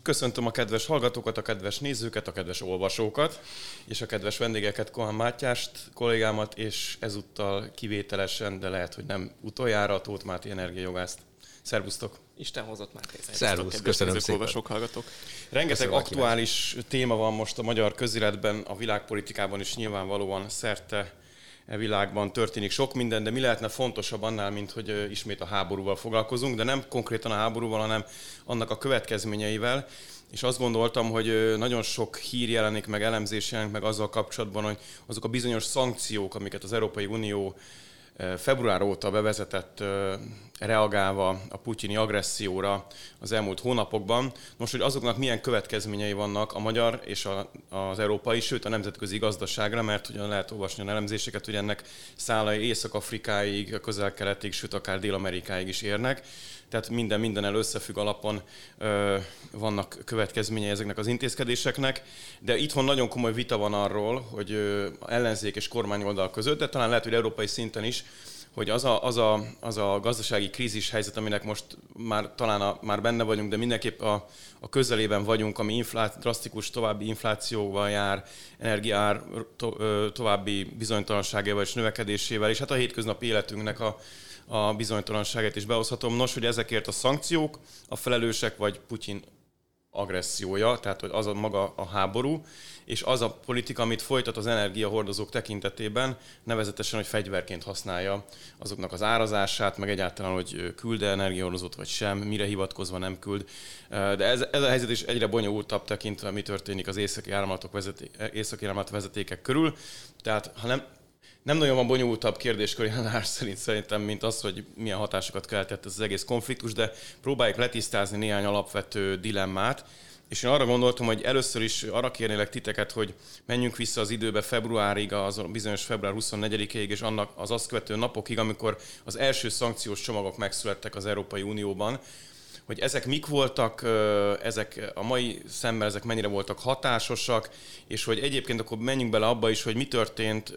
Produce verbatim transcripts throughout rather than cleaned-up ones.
Köszöntöm a kedves hallgatókat, a kedves nézőket, a kedves olvasókat, és a kedves vendégeket, Kohán Mátyást, kollégámat, és ezúttal kivételesen, de lehet, hogy nem utoljára, Tóth Máté energiajogászt. Szervusztok! Isten hozott Máté. Szervusz, köszönöm szépen. Olvasók, hallgatók. Rengeteg köszönöm aktuális téma van most a magyar közéletben, a világpolitikában is nyilvánvalóan szerte e világban történik sok minden, de mi lehetne fontosabb annál, mint hogy ismét a háborúval foglalkozunk, de nem konkrétan a háborúval, hanem annak a következményeivel. És azt gondoltam, hogy nagyon sok hír jelenik meg, elemzés jelenik meg azzal kapcsolatban, hogy azok a bizonyos szankciók, amiket az Európai Unió február óta bevezetett, reagálva a putyini agresszióra az elmúlt hónapokban. Most, hogy azoknak milyen következményei vannak a magyar és a, az európai, sőt a nemzetközi gazdaságra, mert ugyan lehet olvasni a elemzéseket, hogy ennek szálai Észak-Afrikáig, a Közel-Keletig, sőt akár Dél-Amerikáig is érnek. Tehát minden mindennel összefügg alapon ö, vannak következményei ezeknek az intézkedéseknek, de itthon nagyon komoly vita van arról, hogy ö, ellenzék és kormányoldal között, de talán lehet, hogy európai szinten is, hogy az a, az a, az a gazdasági krízis helyzet, aminek most már talán a, már benne vagyunk, de mindenképp a, a közelében vagyunk, ami inflá, drasztikus további inflációval jár, energiaár to, további bizonytalanságával és növekedésével, és hát a hétköznapi életünknek a a bizonytalanságát is behozhatom. Nos, hogy ezekért a szankciók, a felelősek vagy Putyin agressziója, tehát hogy az a maga a háború, és az a politika, amit folytat az energiahordozók tekintetében, nevezetesen, hogy fegyverként használja azoknak az árazását, meg egyáltalán, hogy küld-e energiahordozót vagy sem, mire hivatkozva nem küld. De ez, ez a helyzet is egyre bonyolultabb tekintve, mi történik az északi áramlatok vezeté, északi áramlat vezetékek körül. Tehát, ha nem Nem nagyon van bonyolultabb kérdéskör jelenleg szerint szerintem, mint az, hogy milyen hatásokat keltett ez az egész konfliktus, de próbáljuk letisztázni néhány alapvető dilemmát. És én arra gondoltam, hogy először is arra kérnélek titeket, hogy menjünk vissza az időbe februárig, az bizonyos február huszonnegyedikéig, és annak az azt követő napokig, amikor az első szankciós csomagok megszülettek az Európai Unióban, hogy ezek mik voltak, ezek a mai szemben ezek mennyire voltak hatásosak, és hogy egyébként akkor menjünk bele abba is, hogy mi történt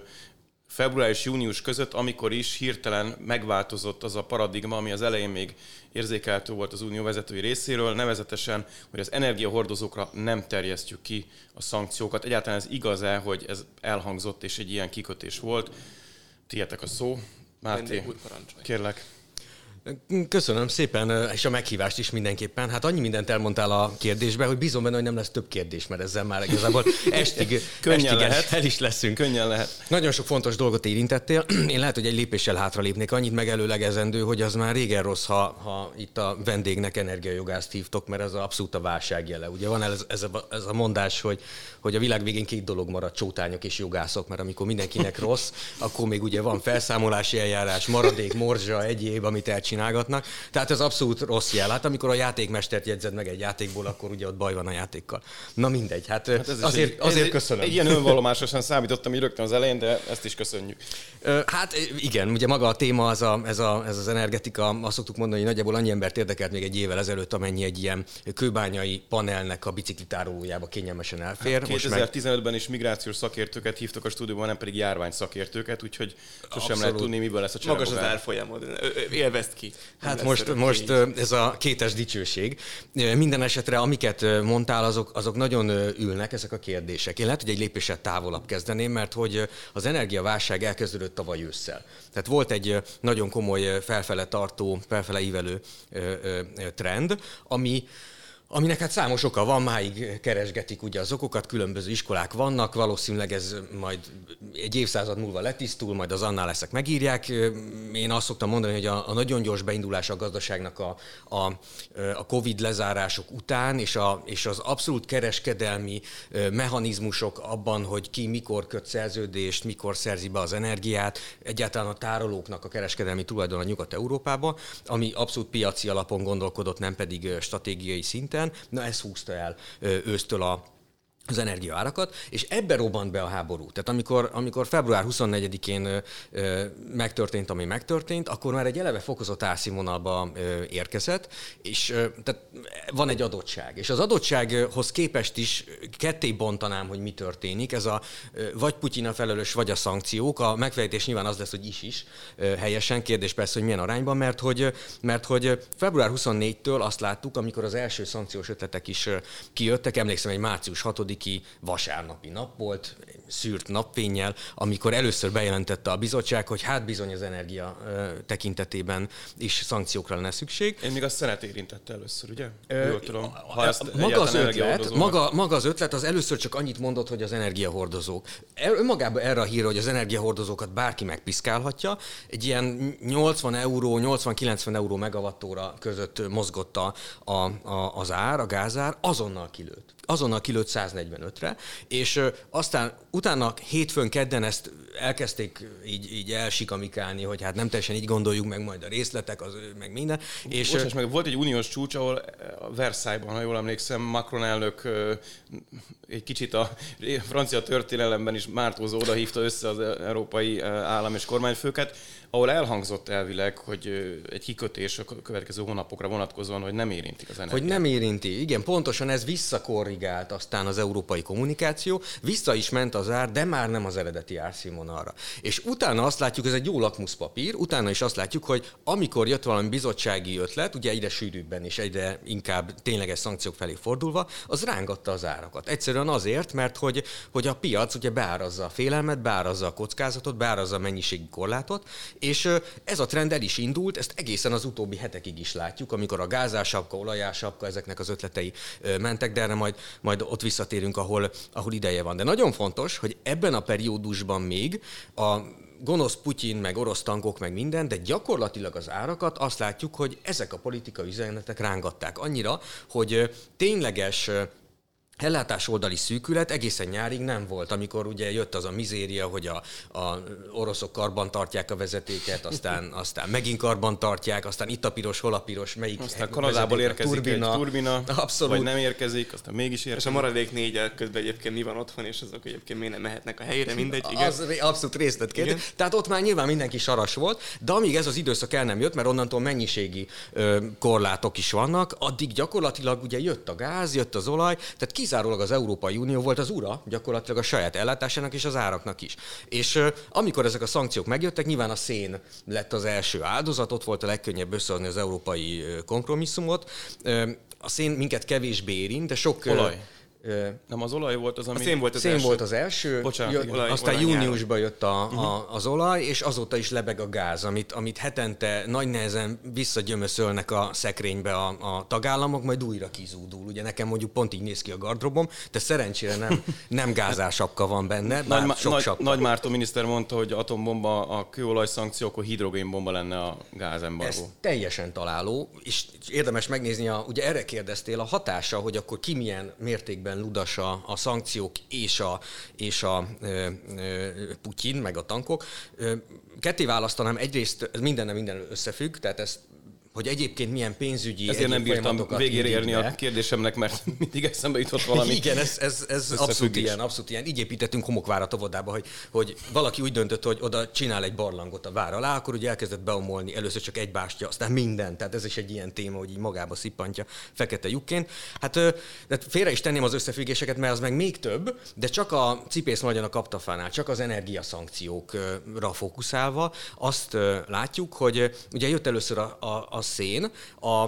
február és június között, amikor is hirtelen megváltozott az a paradigma, ami az elején még érzékelhető volt az unió vezetői részéről, nevezetesen, hogy az energiahordozókra nem terjesztjük ki a szankciókat. Egyáltalán ez igaz-e, hogy ez elhangzott és egy ilyen kikötés volt? Tietek a szó. Máté, kérlek. Köszönöm szépen, és a meghívást is mindenképpen. Hát annyi mindent elmondtál a kérdésbe, hogy bízom benne, hogy nem lesz több kérdés, mert ezzel már igazából estig, estig lehet. el is leszünk. Könnyen lehet. Nagyon sok fontos dolgot érintettél. Én lehet, hogy egy lépéssel hátralépnék, annyit megelőlegezendő, hogy az már régen rossz, ha, ha itt a vendégnek energiajogászt hívtok, mert ez abszolút a válság jele. Ugye van ez, ez, a, ez a mondás, hogy, hogy a világ végén két dolog marad, csótányok és jogászok, mert amikor mindenkinek rossz, akkor még ugye van felszámolási eljárás, maradék, morzsa, egyéb, amit elcsinálnak. Csinálgatnak. Tehát ez abszolút rossz jel. Hát amikor a játékmestert jegyzed meg egy játékból, akkor ugye ott baj van a játékkal. Na mindegy, hát, hát azért, egy, azért köszönöm. Egy ilyen önvallomásosan számítottam így rögtön az elején, de ezt is köszönjük. Hát igen, ugye maga a téma, az a, ez, a, ez az energetika, azt szoktuk mondani, hogy nagyjából annyi embert érdekelt még egy évvel ezelőtt, amennyi egy ilyen kőbányai panelnek a biciklitárolójába kényelmesen elfér. Hát kétezer-tizenötben is migrációs szakértőket hívtak a stúdióban, nem pedig járvány szakértőket, úgyhogy sosem lehet tudni, miből lesz a cserebogár. Magas az árfolyamod, élvezd ki. Hát most, most ez a kétes dicsőség. Minden esetre, amiket mondtál, azok, azok nagyon ülnek, ezek a kérdések. Én lehet, hogy egy lépéssel távolabb kezdeném, mert hogy az energiaválság elkezdődött tavaly ősszel. Tehát volt egy nagyon komoly felfele tartó, felfele ívelő trend, ami aminek hát számos oka van, máig keresgetik ugye az okokat, különböző iskolák vannak, valószínűleg ez majd egy évszázad múlva letisztul, majd az annál leszek megírják. Én azt szoktam mondani, hogy a, a nagyon gyors beindulás a gazdaságnak a, a, a Covid lezárások után, és, a, és az abszolút kereskedelmi mechanizmusok abban, hogy ki mikor köt szerződést, mikor szerzi be az energiát, egyáltalán a tárolóknak a kereskedelmi tulajdona Nyugat-Európában, ami abszolút piaci alapon gondolkodott, nem pedig stratégiai szinten. Na ez húzta el ősztől a az energiaárakat, és ebbe robbant be a háború. Tehát amikor, amikor február huszonnegyedikén ö, ö, megtörtént, ami megtörtént, akkor már egy eleve fokozott árszínvonalba ö, érkezett, és ö, tehát van egy adottság. És az adottsághoz képest is ketté bontanám, hogy mi történik. Ez a ö, vagy Putyin a felelős, vagy a szankciók. A megfejtés nyilván az lesz, hogy is-is ö, helyesen. Kérdés persze, hogy milyen arányban, mert hogy, mert hogy február huszonnégyedikétől azt láttuk, amikor az első szankciós ötletek is ö, kijöttek, emlékszem, egy március hatodika vasárnapi nap volt, szűrt napfénnyel, amikor először bejelentette a bizottság, hogy hát bizony az energia tekintetében is szankciókra lenne szükség. Én még a szenet érintette először, ugye? Ö, Jól tudom. Ha ezt maga, az ötlet, maga, maga az ötlet az először csak annyit mondott, hogy az energiahordozók. Önmagában erre a hírre, hogy az energiahordozókat bárki megpiszkálhatja, egy ilyen nyolcvan euró, nyolcvan-kilencven euró megawattóra között mozgott a, a, az ár, a gázár, azonnal kilőtt. Azonnal kilőtt száznegyvenötre, és ö, aztán utána hétfőn, kedden ezt elkezdték így, így elsikamikálni, hogy hát nem teljesen így gondoljuk meg majd a részletek, az, meg minden. És Bocsáss meg, volt egy uniós csúcs, ahol Versailles-ban, ha jól emlékszem, Macron elnök ö, egy kicsit a francia történelemben is mártózó oda hívta össze az európai állam és kormányfőket, ahol elhangzott elvileg, hogy egy kikötés a következő hónapokra vonatkozóan, hogy nem érintik az energiát. Hogy nem érinti, igen, pontosan ez visszakorrigált aztán az európai kommunikáció, vissza is ment az ár, de már nem az eredeti árszínvonalra. És utána azt látjuk, ez egy jó lakmuszpapír, utána is azt látjuk, hogy amikor jött valami bizottsági ötlet, ugye egyre sűrűbben és egyre inkább tényleges szankciók felé fordulva, az rángatta az árakat. Egyszerűen azért, mert hogy, hogy a piac ugye beárazza a félelmet, beárazza a kockázatot, beárazza a mennyiségi korlátot, és ez a trend el is indult, ezt egészen az utóbbi hetekig is látjuk, amikor a gázársapka, olajársapka, ezeknek az ötletei mentek, de erre majd, majd ott visszatérünk, ahol, ahol ideje van. De nagyon fontos, hogy ebben a periódusban még a gonosz Putyin, meg orosz tankok, meg minden, de gyakorlatilag az árakat azt látjuk, hogy ezek a politikai üzenetek rángatták annyira, hogy tényleges ellátás oldali szűkület egészen nyárig nem volt, amikor ugye jött az a mizéria, hogy a, a oroszok karban tartják a vezetéket, aztán, aztán megint karban tartják, aztán itt a piros, hol a piros, melyik aztán Kanadából érkezik turbina, egy turbina, abszolút. Vagy nem érkezik, aztán mégis érkezik. És a maradék négyel közben egyébként mi van otthon, és azok egyébként miért nem mehetnek a helyére, mindegy. Igen. Az abszolút részletkérdés. Tehát ott már nyilván mindenki saras volt, de amíg ez az időszak el nem jött, mert onnantól mennyiségi ö, korlátok is vannak, addig gyakorlatilag ugye jött a gáz, jött az olaj, tehát kizárólag az Európai Unió volt az ura gyakorlatilag a saját ellátásának és az áraknak is. És uh, amikor ezek a szankciók megjöttek, nyilván a szén lett az első áldozat, ott volt a legkönnyebb összehozni az európai uh, kompromisszumot. Uh, a szén minket kevésbé érint, de sok... Olaj. Nem az olaj volt az, ami... A szén volt az szén első. Volt az első. Bocsánat, jött, olaj, aztán olaj júniusban jött a, a, az olaj, és azóta is lebeg a gáz, amit, amit hetente nagy nehezen visszagyömöszölnek a szekrénybe a, a tagállamok, majd újra kizúdul. Ugye nekem mondjuk pont így néz ki a gardrobom, de szerencsére nem, nem gázársapka van benne, bár Nagy, sok Nagy, sapka. Nagy Márton miniszter mondta, hogy atombomba a kőolaj szankció, akkor hidrogénbomba lenne a gázembargó. Ez teljesen találó, és érdemes megnézni, a, ugye erre kérdeztél, a hatása, hogy akkor ki milyen mértékben ludas a, a szankciók és a, és a ö, ö, Putyin, meg a tankok. Ö, ketté választanám, egyrészt minden minden összefügg, tehát ezt hogy egyébként milyen pénzügyi... Ezért nem bírtam végére érni a kérdésemnek, mert mindig eszembe jutott valami. Igen, ez, ez, ez abszolút ilyen, abszolút ilyen. Így építettünk homokvárat a vodába, hogy, hogy valaki úgy döntött, hogy oda csinál egy barlangot a vár alá, akkor ugye elkezdett beomolni először csak egy bástya, aztán minden. Tehát ez is egy ilyen téma, hogy így magába szippantja fekete lyukként. Hát félre is tenném az összefüggéseket, mert az meg még több, de csak a cipész magyan a kaptafánál, csak az energiaszankciókra fókuszálva azt látjuk, hogy ugye jött először a, a, a szén, a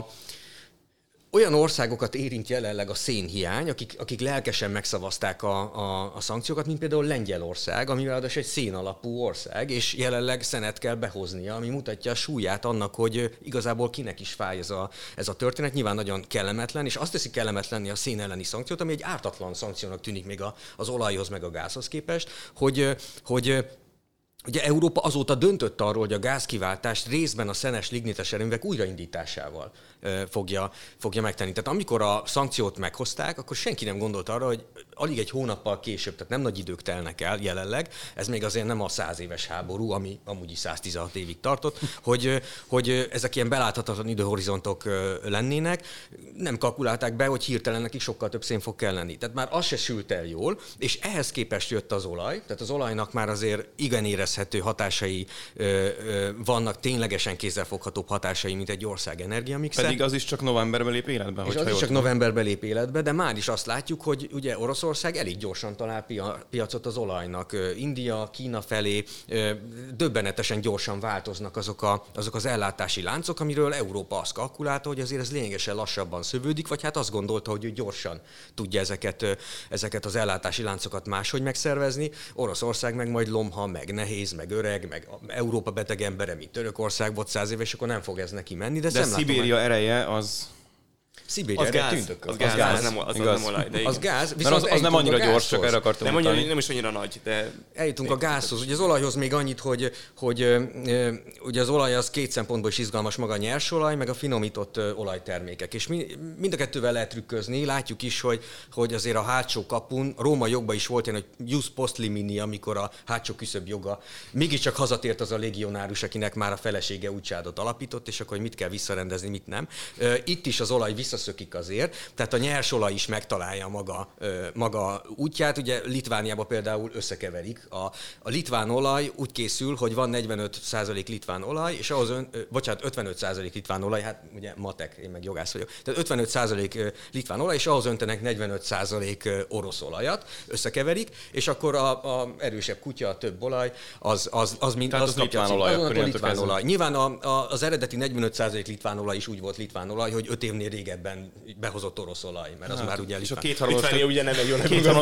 olyan országokat érint jelenleg a szénhiány, akik, akik lelkesen megszavazták a, a, a szankciókat, mint például Lengyelország, ami ráadásul egy szén alapú ország, és jelenleg szenet kell behoznia, ami mutatja a súlyát annak, hogy igazából kinek is fáj ez a, ez a történet. Nyilván nagyon kellemetlen, és azt teszi kellemetlenni a szén elleni szankciót, ami egy ártatlan szankciónak tűnik még a, az olajhoz meg a gázhoz képest, hogy, hogy ugye Európa azóta döntött arról, hogy a gázkiváltást részben a szenes lignites erőművek újraindításával fogja, fogja megtenni. Tehát amikor a szankciót meghozták, akkor senki nem gondolt arra, hogy alig egy hónappal később, tehát nem nagy idők telnek el jelenleg, ez még azért nem a száz éves háború, ami amúgy is száztizenhat évig tartott, hogy, hogy ezek ilyen beláthatatlan időhorizontok lennének, nem kalkulálták be, hogy hirtelen nekik sokkal több szén fog kelleni. Tehát már az se sült el jól, és ehhez képest jött az olaj, tehát az olajnak már azért igen érezhető hatásai vannak, ténylegesen kézzelfoghatóbb hatásai, mint egy ország energiamixe. Pedig az is csak novemberben lép életbe. És az is csak novemberben lép életbe, de már is azt látjuk, hogy ugye Oroszország elég gyorsan talál pia- piacot az olajnak. India, Kína felé döbbenetesen gyorsan változnak azok, a, azok az ellátási láncok, amiről Európa azt kalkulálta, hogy azért ez lényegesen lassabban szövődik, vagy hát azt gondolta, hogy ő gyorsan tudja ezeket, ezeket az ellátási láncokat máshogy megszervezni. Oroszország meg majd lomha, meg nehéz, meg öreg, meg Európa beteg embere, mint Törökország volt száz éves, akkor nem fog ez neki menni. De, de Szibéria ereje az... Szibéria az erre gáz, tündököl. az gáz, az gáz, az nem, az, az nem olaj, de az gáz, viszont az, az nem annyira gyors, csak erre akartam nem, mondani. nem is annyira nagy, de... Eljutunk a gázhoz. Ugye az olajhoz még annyit, hogy, hogy e, ugye az olaj az két szempontból is izgalmas, maga a nyersolaj, meg a finomított olajtermékek. És mi, mind a kettővel lehet trükközni. Látjuk is, hogy, hogy azért a hátsó kapun, a római jogban is volt ilyen, hogy jus post limini, amikor a hátsó küszöb joga mégiscsak hazatért az a légionárus, akinek már a felesége útcsádot alapított, és akkor mit kell visszarendezni, mit nem. Itt is az olaj visszaszökik azért, tehát a nyersolaj is megtalálja maga, maga útját. Ugye Litvániában például összekeverik. A, a litván olaj úgy készül, hogy van negyvenöt százalék litván olaj, és ahhoz, ön, bocsánat, ötvenöt százalék litván olaj, hát ugye matek, én meg jogász vagyok. Tehát ötvenöt százalék litván olaj, és ahhoz öntenek negyvenöt százalék orosz olajat, összekeverik, és akkor a, a erősebb kutya, a több olaj, az, az, az mind az, az litván olaj. Az litván olaj. Nyilván a, a, az eredeti negyvenöt százalék litván olaj is úgy volt litván olaj, hogy öt évnél régebben behozott orosz olaj, mert az hát, már ugye és a ugye nem egy jó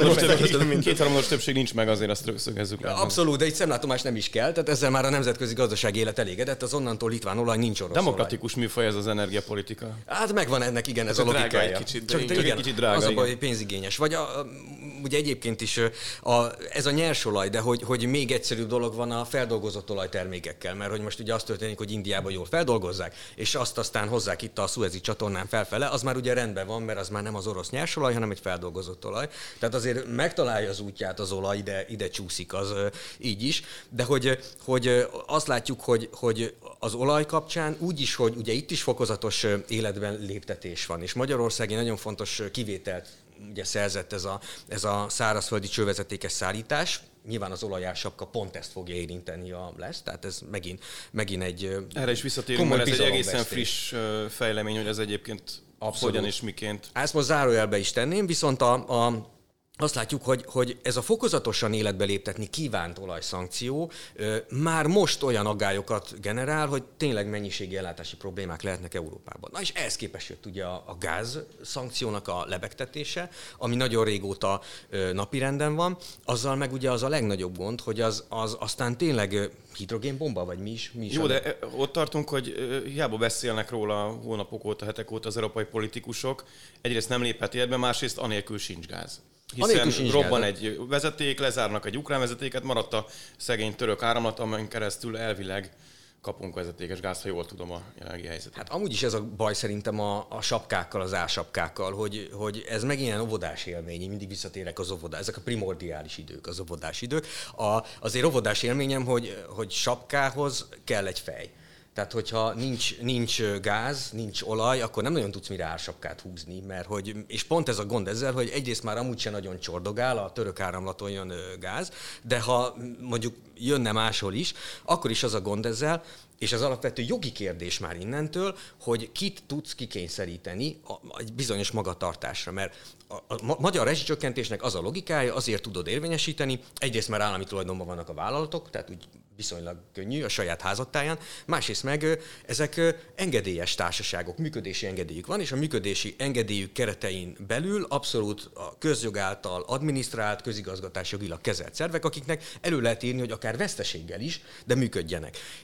kétharmados többség nincs meg, azért azt szögezzük le. Abszolút, de egy szemlátomás nem is kell, tehát ezzel már a nemzetközi gazdaság élet elégedett, az onnantól litván olaj nincs orosz Demokratikus olaj. műfaj ez az energiapolitika. Hát megvan ennek, igen, ez, ez a logikája. Kicsit, csak, igen, igen, kicsit drága, az a baj, igen. pénzigényes. Vagy a, ugye egyébként is a, ez a nyersolaj, de hogy, hogy még egyszerűbb dolog van a feldolgozott olajtermékekkel, mert hogy most ugye az történik, hogy Indiában jól feldolgozzák, és azt aztán hozzák itt a Szuezi csatornán felfele, az már ugye rendben van, mert az már nem az orosz nyersolaj, hanem egy feldolgozott olaj. Tehát azért megtalálja az útját az olaj, ide, ide csúszik az így is, de hogy, hogy azt látjuk, hogy, hogy az olaj kapcsán úgy is, hogy ugye itt is fokozatos életben léptetés van, és Magyarország egy nagyon fontos kivételt ugye szerzett ez a, ez a szárazföldi csővezetékes szállítás. Nyilván az olajársapka pont ezt fogja érinteni a lesz, tehát ez megint, megint egy erre is visszatérünk, mert ez egy egészen friss fejlemény, hogy ez egyébként abszolút hogyan és miként. Ezt most zárójelbe is tenném, viszont a, a azt látjuk, hogy, hogy ez a fokozatosan életbe léptetni kívánt olajszankció ö, már most olyan aggályokat generál, hogy tényleg mennyiségi ellátási problémák lehetnek Európában. Na és ehhez képest jött ugye a, a gáz szankciónak a lebegtetése, ami nagyon régóta ö, napirenden van, azzal meg ugye az a legnagyobb gond, hogy az, az aztán tényleg ö, hidrogénbomba, vagy mi is? Mi is Jó, de ott tartunk, hogy hiába beszélnek róla hónapok óta, hetek óta az európai politikusok, egyrészt nem léphet életbe, másrészt anélkül sincs gáz. Hiszen robban gáz. Egy vezeték, lezárnak egy ukrán vezetéket, maradt a szegény török áramlat, amelyen keresztül elvileg kapunk vezetékes gáz, ha jól tudom a jelenlegi helyzetet. Hát amúgy is ez a baj szerintem a, a sapkákkal, az álsapkákkal, hogy, hogy ez megint ilyen óvodás élmény, mindig visszatérek az óvodás, ezek a primordiális idők, az óvodás idők. A, azért óvodás élményem, hogy, hogy sapkához kell egy fej. Tehát, hogyha nincs, nincs gáz, nincs olaj, akkor nem nagyon tudsz mire ársapkát húzni, mert hogy, és pont ez a gond ezzel, hogy egyrészt már amúgy sem nagyon csordogál, a török áramlaton jön gáz, de ha mondjuk jönne máshol is, akkor is az a gond ezzel, és az alapvető jogi kérdés már innentől, hogy kit tudsz kikényszeríteni egy bizonyos magatartásra, mert a, a magyar rezsicsökkentésnek az a logikája, azért tudod érvényesíteni, egyrészt már állami tulajdonban vannak a vállalatok, tehát úgy viszonylag könnyű a saját házadtáján, másrészt meg ezek engedélyes társaságok, működési engedélyük van, és a működési engedélyük keretein belül abszolút a közjog által adminisztrált, közigazgatásjogilag kezelt szervek, akiknek elő lehet írni, hogy akár veszteséggel is, de működjenek.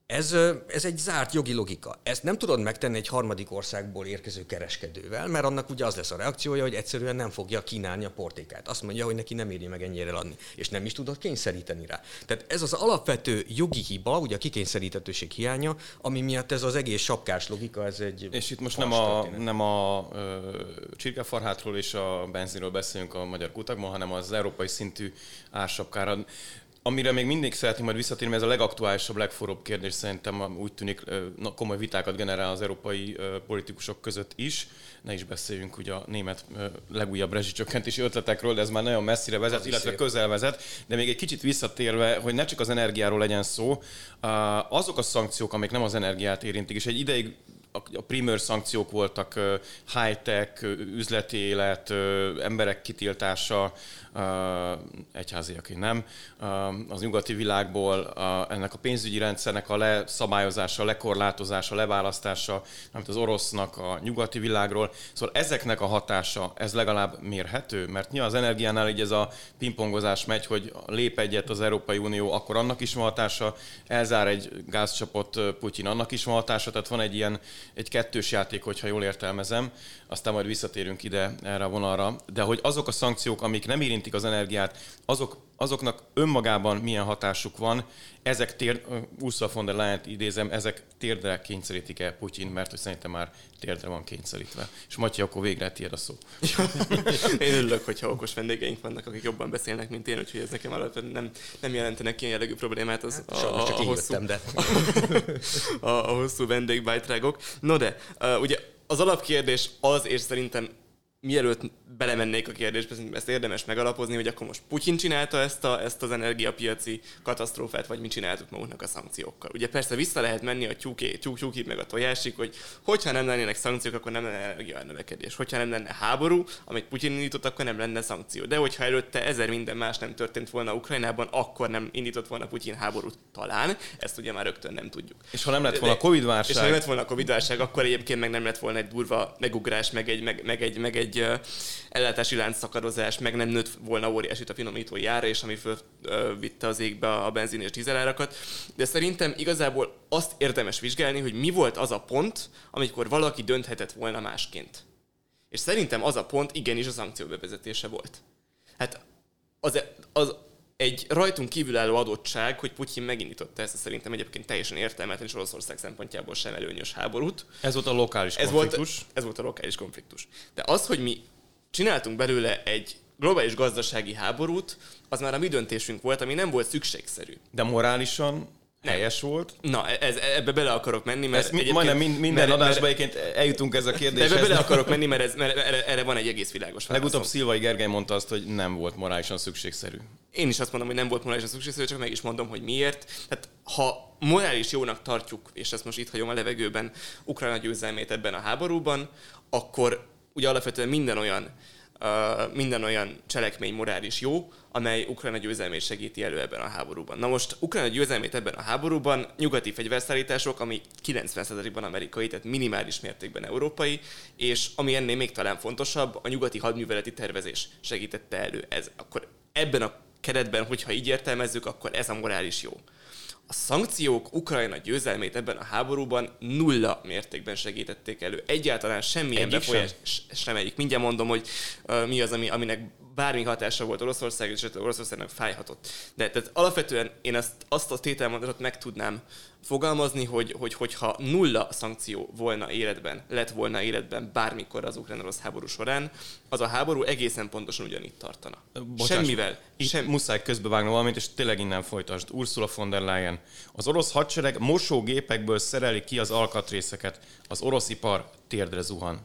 Ez, ez egy zárt jogi logika. Ezt nem tudod megtenni egy harmadik országból érkező kereskedővel, mert annak ugye az lesz a reakciója, hogy egyszerűen nem fogja kínálni a portékát. Azt mondja, hogy neki nem éri meg ennyire adni, és nem is tudod kényszeríteni rá. Tehát ez az alapvető jogi hiba, ugye a kikényszeríthetőség hiánya, ami miatt ez az egész sapkás logika, ez egy... És itt most nem a, nem a ö, csirkefarhátról és a benzinről beszélünk a magyar kutakban, hanem az európai szintű ársapkára. Amire még mindig szeretném majd visszatérni, ez a legaktuálisabb, legforróbb kérdés szerintem úgy tűnik komoly vitákat generál az európai politikusok között is. Ne is beszéljünk ugye a német legújabb rezsicsökkentési ötletekről, de ez már nagyon messzire vezet, illetve közel vezet. De még egy kicsit visszatérve, hogy ne csak az energiáról legyen szó, azok a szankciók, amik nem az energiát érintik, és egy ideig a primőr szankciók voltak, high-tech, üzleti élet, emberek kitiltása, egyháziaké nem, az nyugati világból ennek a pénzügyi rendszernek a leszabályozása, lekorlátozása, leválasztása, amit az orosznak a nyugati világról. Szóval ezeknek a hatása, ez legalább mérhető, mert nyilván az energiánál így ez a pingpongozás megy, hogy lép egyet az Európai Unió, akkor annak is van hatása, elzár egy gázcsapot Putyin, annak is van hatása, tehát van egy ilyen egy kettős játék, hogyha jól értelmezem, aztán majd visszatérünk ide erre a vonalra, de hogy azok a szankciók, amik nem érintik az energiát, azok, azoknak önmagában milyen hatásuk van, ezek tér, Ursula von der Leyen-t idézem, ezek térdre kényszerítik-e Putyin, mert hogy szerintem már térdre van kényszerítve. És Matyi, akkor végre tiéd a szó. Én örülök, hogyha okos vendégeink vannak, akik jobban beszélnek, mint én, úgyhogy ez nekem alapvetően nem, nem jelentenek ilyen jellegű problémát az, hát, a, a, a, hosszú, jöttem, de. a, a hosszú vendégbájtrágok. No de, uh, ugye az alapkérdés az, és szerintem mielőtt belemennék a kérdésbe, ezt érdemes megalapozni, hogy akkor most Putyin csinálta ezt, a, ezt az energiapiaci katasztrófát, vagy mi csináltuk magunknak a szankciókkal. Ugye persze vissza lehet menni a tyúké, tyúk, tyúkig meg a tojásig, hogy hogyha nem lennének szankciók, akkor nem lenne energianövekedés. Hogyha nem lenne háború, amit Putyin indított, akkor nem lenne szankció. De hogyha előtte ezer minden más nem történt volna Ukrajnában, akkor nem indított volna Putyin háborút talán. Ezt ugye már rögtön nem tudjuk. És ha nem lett volna a Covid-válság. És ha nem lett volna a Covid-válság, akkor egyébként meg nem lett volna egy durva megugrás, meg egy, meg, meg egy, meg egy egy ellátási láncszakadozás, meg nem nőtt volna óriásit a finomítói ára, és ami fölvitte az égbe a benzin és dízelárakat. De szerintem igazából azt érdemes vizsgálni, hogy mi volt az a pont, amikor valaki dönthetett volna másként. És szerintem az a pont igenis a szankció bevezetése volt. Hát az, az egy rajtunk kívülálló adottság, hogy Putyin megindította ezt, szerintem egyébként teljesen értelmetlen és Oroszország szempontjából sem előnyös háborút. Ez volt a lokális ez konfliktus. Volt, ez volt a lokális konfliktus. De az, hogy mi csináltunk belőle egy globális gazdasági háborút, az már a mi döntésünk volt, ami nem volt szükségszerű. De morálisan helyes volt. Na, ez, ebbe bele akarok menni, mert... Ez mi, majdnem minden mert, adásban egyébként eljutunk ez a kérdéshez. Ebbe bele akarok menni, mert, ez, mert erre, erre van egy egész világos válaszom. Legutóbb Szilvai Gergely mondta azt, hogy nem volt morálisan szükségszerű. Én is azt mondom, hogy nem volt morálisan szükségszerű, csak meg is mondom, hogy miért. Tehát ha morális jónak tartjuk, és ezt most itt hagyom a levegőben, Ukrajna győzelmét ebben a háborúban, akkor ugye alapvetően minden olyan Uh, minden olyan cselekmény morális jó, amely Ukrajna győzelmét segíti elő ebben a háborúban. Na most Ukrajna győzelmét ebben a háborúban nyugati fegyverszállítások, ami kilencven százalékban amerikai, tehát minimális mértékben európai, és ami ennél még talán fontosabb, a nyugati hadműveleti tervezés segítette elő. Ez, akkor ebben a keretben, hogyha így értelmezzük, akkor ez a morális jó. A szankciók Ukrajna győzelmét ebben a háborúban nulla mértékben segítették elő. Egyáltalán semmilyen befolyás sem egyik. Mindjárt mondom, hogy uh, mi az, ami, aminek bármi hatása volt Oroszország, és Oroszországnak fájhatott. De tehát alapvetően én azt, azt a tételmondatot meg tudnám fogalmazni, hogy, hogy hogyha nulla szankció volna életben, lett volna életben bármikor az ukrán-orosz háború során, az a háború egészen pontosan ugyanitt tartana. Bocsáss, semmivel. Itt sem... muszáj közbevágnom valamit, és tényleg innen folytasd. Ursula von der Leyen. Az orosz hadsereg mosógépekből szereli ki az alkatrészeket. Az orosz ipar térdre zuhan.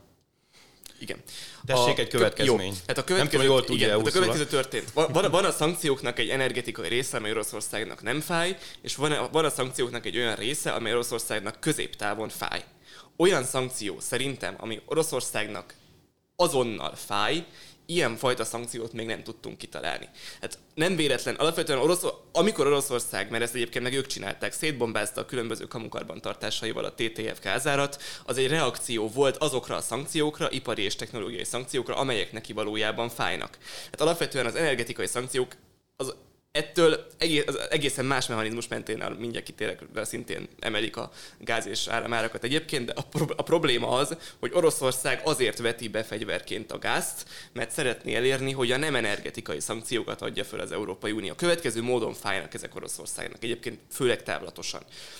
Igen. Tessék a, egy következmény. Jó. Hát a következő, nem tudom, jól tudja, igen, hát a következő történt. Van, van a szankcióknak egy energetikai része, amely Oroszországnak nem fáj, és van a, van a szankcióknak egy olyan része, amely Oroszországnak középtávon fáj. Olyan szankció szerintem, ami Oroszországnak azonnal fáj, ilyen fajta szankciót még nem tudtunk kitalálni. Hát nem véletlen, alapvetően Orosz, amikor Oroszország, mert ezt egyébként meg ők csinálták, szétbombázta a különböző kamukarbantartásaival a té té ef gázárat, az egy reakció volt azokra a szankciókra, ipari és technológiai szankciókra, amelyek neki valójában fájnak. Hát alapvetően az energetikai szankciók az ettől egész, egészen más mechanizmus mentén, mindjárt kitérek, szintén emelik a gáz és áramárakat egyébként, de a, pro, a probléma az, hogy Oroszország azért veti be fegyverként a gázt, mert szeretné elérni, hogy a nem energetikai szankciókat adja föl az Európai Unió. A következő módon fájnak ezek Oroszországnak, egyébként főleg távlatosan.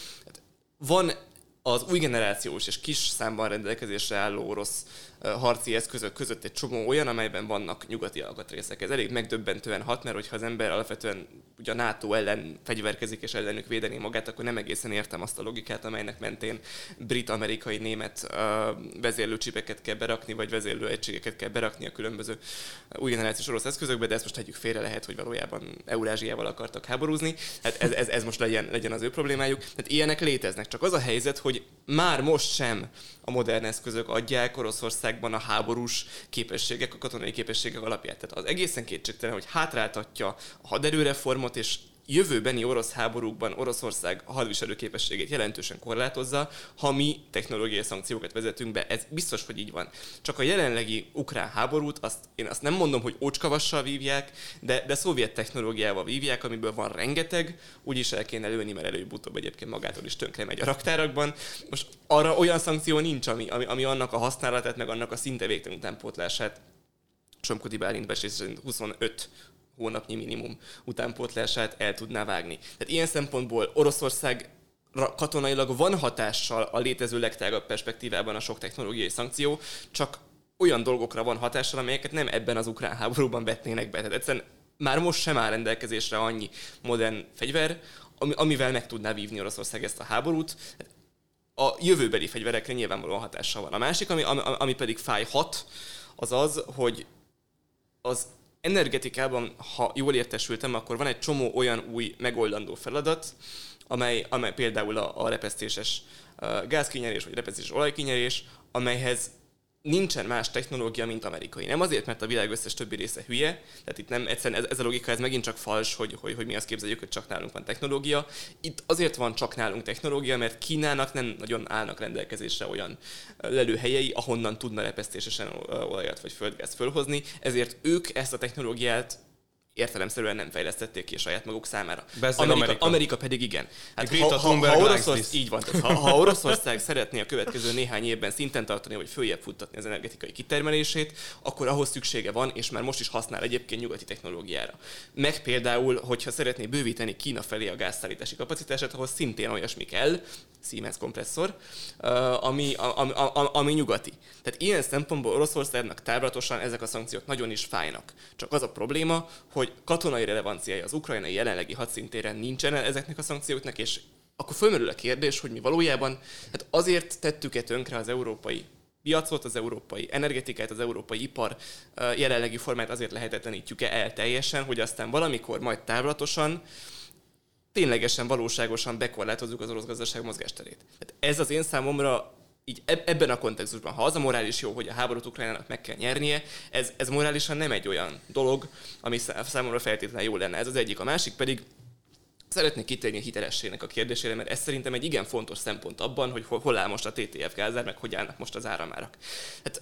Van az új generációs és kis számban rendelkezésre álló orosz harci eszközök között egy csomó olyan, amelyben vannak nyugati alkatrészek. Ez elég megdöbbentően hat, mert hogyha az ember alapvetően ugye a NATO ellen fegyverkezik és ellenük védeni magát, akkor nem egészen értem azt a logikát, amelynek mentén brit, amerikai, német uh, vezérlőcsipeket kell berakni, vagy vezérlőegységeket kell berakni a különböző új generációs orosz eszközökbe, de ezt most tegyük félre, lehet, hogy valójában Eurázsiával akartak háborúzni. Hát ez, ez, ez most legyen, legyen az ő problémájuk. Tehát ilyenek léteznek. Csak az a helyzet, hogy már most sem a modern eszközök adják Oroszországban a háborús képességek, a katonai képességek alapját. Tehát az egészen kétségtelen, hogy hátráltatja a haderőreformot, és jövőbeni orosz háborúkban Oroszország hadviselő képességét jelentősen korlátozza, ha mi technológiai szankciókat vezetünk be. Ez biztos, hogy így van. Csak a jelenlegi ukrán háborút, azt, én azt nem mondom, hogy ócskavassal vívják, de, de szovjet technológiával vívják, amiből van rengeteg, úgyis el kéne lőni, mert előbb-utóbb egyébként magától is tönkre megy a raktárakban. Most arra olyan szankció nincs, ami, ami, ami annak a használatát, meg annak a szinte végtelen utánpótlását Somkodi Bálint becslés szerint huszonöt hónapnyi minimum utánpótlását el tudná vágni. Tehát ilyen szempontból Oroszország katonailag van hatással a létező legtágabb perspektívában a sok technológiai szankció, csak olyan dolgokra van hatással, amelyeket nem ebben az ukrán háborúban vetnének be. Tehát egyszerűen már most sem áll rendelkezésre annyi modern fegyver, amivel meg tudná vívni Oroszország ezt a háborút. A jövőbeli fegyverekre nyilvánvalóan hatással van. A másik, ami, ami pedig fájhat, az az, hogy az energetikában, ha jól értesültem, akkor van egy csomó olyan új megoldandó feladat, amely, amely például a, a repesztéses uh, gázkinyerés, vagy repesztéses olajkinyerés, amelyhez nincsen más technológia, mint amerikai. Nem azért, mert a világ összes többi része hülye, tehát itt nem egyszerűen ez, ez a logika, ez megint csak fals, hogy, hogy, hogy mi azt képzeljük, hogy csak nálunk van technológia. Itt azért van csak nálunk technológia, mert Kínának nem nagyon állnak rendelkezésre olyan lelőhelyei, ahonnan tudna repesztésesen olajat vagy földgázt fölhozni, ezért ők ezt a technológiát értelemszerűen nem fejlesztették ki a saját maguk számára. Amerika, Amerika. Amerika pedig igen. Hát ha, ha, ha, Oroszország, így van, ha, ha Oroszország szeretné a következő néhány évben szinten tartani, vagy följebb futtatni az energetikai kitermelését, akkor ahhoz szüksége van, és már most is használ egyébként nyugati technológiára. Meg például, hogyha szeretné bővíteni Kína felé a gázszállítási kapacitását, ahhoz szintén olyasmi kell, Siemens kompresszor, ami, ami, ami, ami nyugati. Tehát ilyen szempontból Oroszországnak távlatosan ezek a szankciók nagyon is fájnak. Csak az a probléma, hogy katonai relevanciája az ukrajnai jelenlegi hadszintéren nincsen ezeknek a szankcióknak, és akkor fölmerül a kérdés, hogy mi valójában hát azért tettük-e tönkre az európai piacot, az európai energetikát, az európai ipar jelenlegi formát azért lehetetlenítjük-e el teljesen, hogy aztán valamikor majd távlatosan ténylegesen, valóságosan bekorlátozzuk az orosz gazdaság mozgásterét. Tehát ez az én számomra így ebben a kontextusban, ha az a morális jó, hogy a háborút Ukrajnának meg kell nyernie, ez, ez morálisan nem egy olyan dolog, ami számomra feltétlenül jó lenne. Ez az egyik. A másik pedig szeretnék kitérni a hitelességnek a kérdésére, mert ez szerintem egy igen fontos szempont abban, hogy hol áll most a té té ef gázár, meg hogy állnak most az áramárak. Hát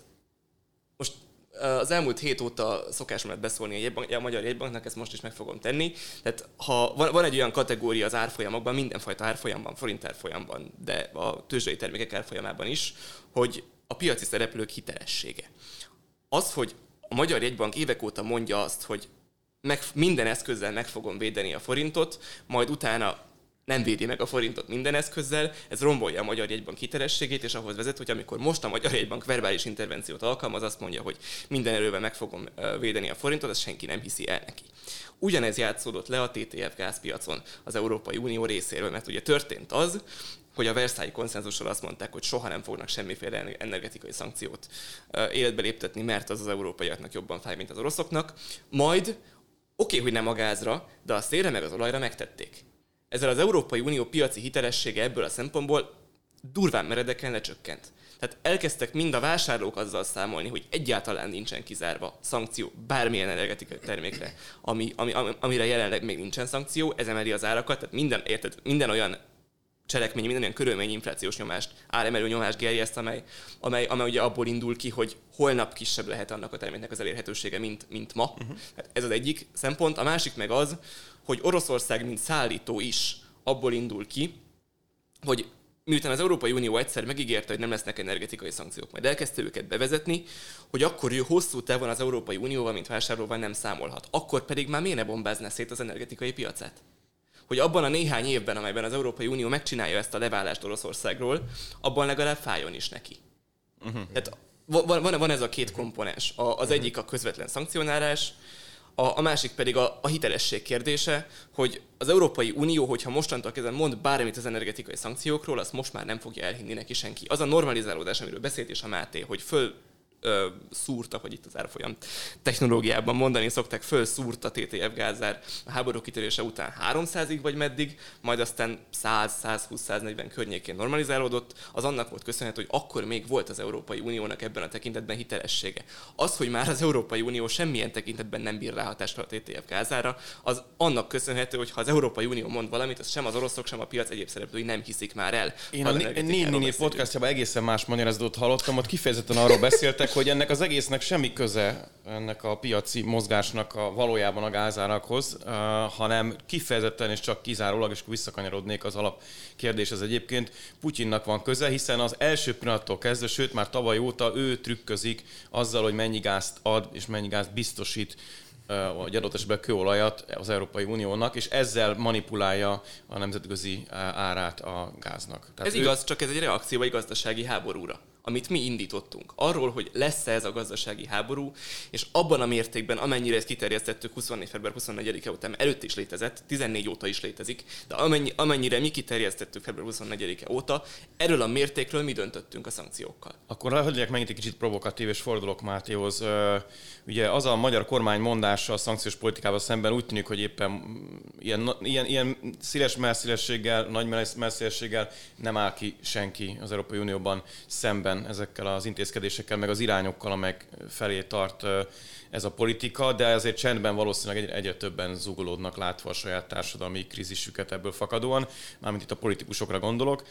most az elmúlt hét óta szokásom lett beszólni a, jegybank, a Magyar Jegybanknak, ezt most is meg fogom tenni. Tehát ha van, van egy olyan kategória az árfolyamokban, mindenfajta árfolyamban, forint árfolyamban, de a tőzsdei termékek árfolyamában is, hogy a piaci szereplők hitelessége. Az, hogy a Magyar Jegybank évek óta mondja azt, hogy meg, minden eszközzel meg fogom védeni a forintot, majd utána nem védi meg a forintot minden eszközzel, ez rombolja a Magyar Jegybank hitelességét, és ahhoz vezet, hogy amikor most a Magyar Jegybank verbális intervenciót alkalmaz, azt mondja, hogy minden erővel meg fogom védeni a forintot, ezt senki nem hiszi el neki. Ugyanez játszódott le a té té ef gázpiacon az Európai Unió részéről, mert ugye történt az, hogy a Versailles konszenzusról azt mondták, hogy soha nem fognak semmiféle energetikai szankciót életbe léptetni, mert az az európaiaknak jobban fáj, mint az oroszoknak. Majd oké, okay, hogy nem a gázra, de a szélre meg az olajra megtették. Ezzel az Európai Unió piaci hitelessége ebből a szempontból durván meredeken lecsökkent. Tehát elkezdtek mind a vásárlók azzal számolni, hogy egyáltalán nincsen kizárva szankció bármilyen energetikai termékre, ami, ami, amire jelenleg még nincsen szankció, ez emeli az árakat, tehát minden, érted, minden olyan cselekmény, minden olyan körülmény inflációs nyomást, áremelő nyomást gerjeszt, amely, amely, amely ugye abból indul ki, hogy holnap kisebb lehet annak a terméknek az elérhetősége, mint, mint ma. Uh-huh. Hát ez az egyik szempont. A másik meg az, hogy Oroszország, mint szállító is abból indul ki, hogy miután az Európai Unió egyszer megígérte, hogy nem lesznek energetikai szankciók, majd elkezdte őket bevezetni, hogy akkor ő hosszú távon az Európai Unióval, mint vásárlóval nem számolhat. Akkor pedig már miért ne bombázná szét az energetikai piacát? Hogy abban a néhány évben, amelyben az Európai Unió megcsinálja ezt a leválást Oroszországról, abban legalább fájjon is neki. Uh-huh. Tehát van, van, van ez a két komponens. A, az uh-huh. egyik a közvetlen szankcionálás, a, a másik pedig a, a hitelesség kérdése, hogy az Európai Unió, hogyha mostantól kezdve mond bármit az energetikai szankciókról, azt most már nem fogja elhinni neki senki. Az a normalizálódás, amiről beszélt is a Máté, hogy föl Ö, szúrtak, hogy itt az árfolyam technológiában mondani szokták, fölszúrt a té té ef gázár a háború kitörése után háromszázig vagy meddig, majd aztán száz, százhúsz, száznegyven környékén normalizálódott, az annak volt köszönhető, hogy akkor még volt az Európai Uniónak ebben a tekintetben hitelessége. Az, hogy már az Európai Unió semmilyen tekintetben nem bír ráhatással a té té ef gázára, az annak köszönhető, hogy ha az Európai Unió mond valamit, az sem az oroszok, sem a piac egyéb szereplői nem hiszik már el. Én a négy négy podcastjában egészen más magyarázatot hallottam, ott kifejezetten arról beszéltek, hogy ennek az egésznek semmi köze ennek a piaci mozgásnak a valójában a gázárakhoz, uh, hanem kifejezetten és csak kizárólag, és visszakanyarodnék az alapkérdéshez egyébként, Putyinnak van köze, hiszen az első pillanattól kezdve, sőt már tavaly óta ő trükközik azzal, hogy mennyi gázt ad és mennyi gázt biztosít, vagy adott esetben kőolajat az Európai Uniónak, és ezzel manipulálja a nemzetközi árát a gáznak. Tehát ez ő... igaz, csak ez egy reakció egy gazdasági háborúra, amit mi indítottunk. Arról, hogy lesz-e ez a gazdasági háború, és abban a mértékben, amennyire ezt kiterjesztettük huszonnégy február huszonnegyedike után, előtt is létezett, tizennégy óta is létezik, de amennyi, amennyire mi kiterjesztettük február huszonnegyedike óta, erről a mértékről mi döntöttünk a szankciókkal. Akkor hagyják megint egy kicsit provokatív, és fordulok Mátéhoz. Ugye az a magyar kormány mondása a szankciós politikával szemben úgy tűnik, hogy éppen ilyen, ilyen, ilyen széles messzélességgel, nagy messzélességgel nem áll ki senki az Európai Unióban szemben ezekkel az intézkedésekkel, meg az irányokkal, amelyek felé tart ez a politika, de azért csendben valószínűleg egyre többen zugolódnak látva a saját társadalmi krízisüket ebből fakadóan, mármint itt a politikusokra gondolok.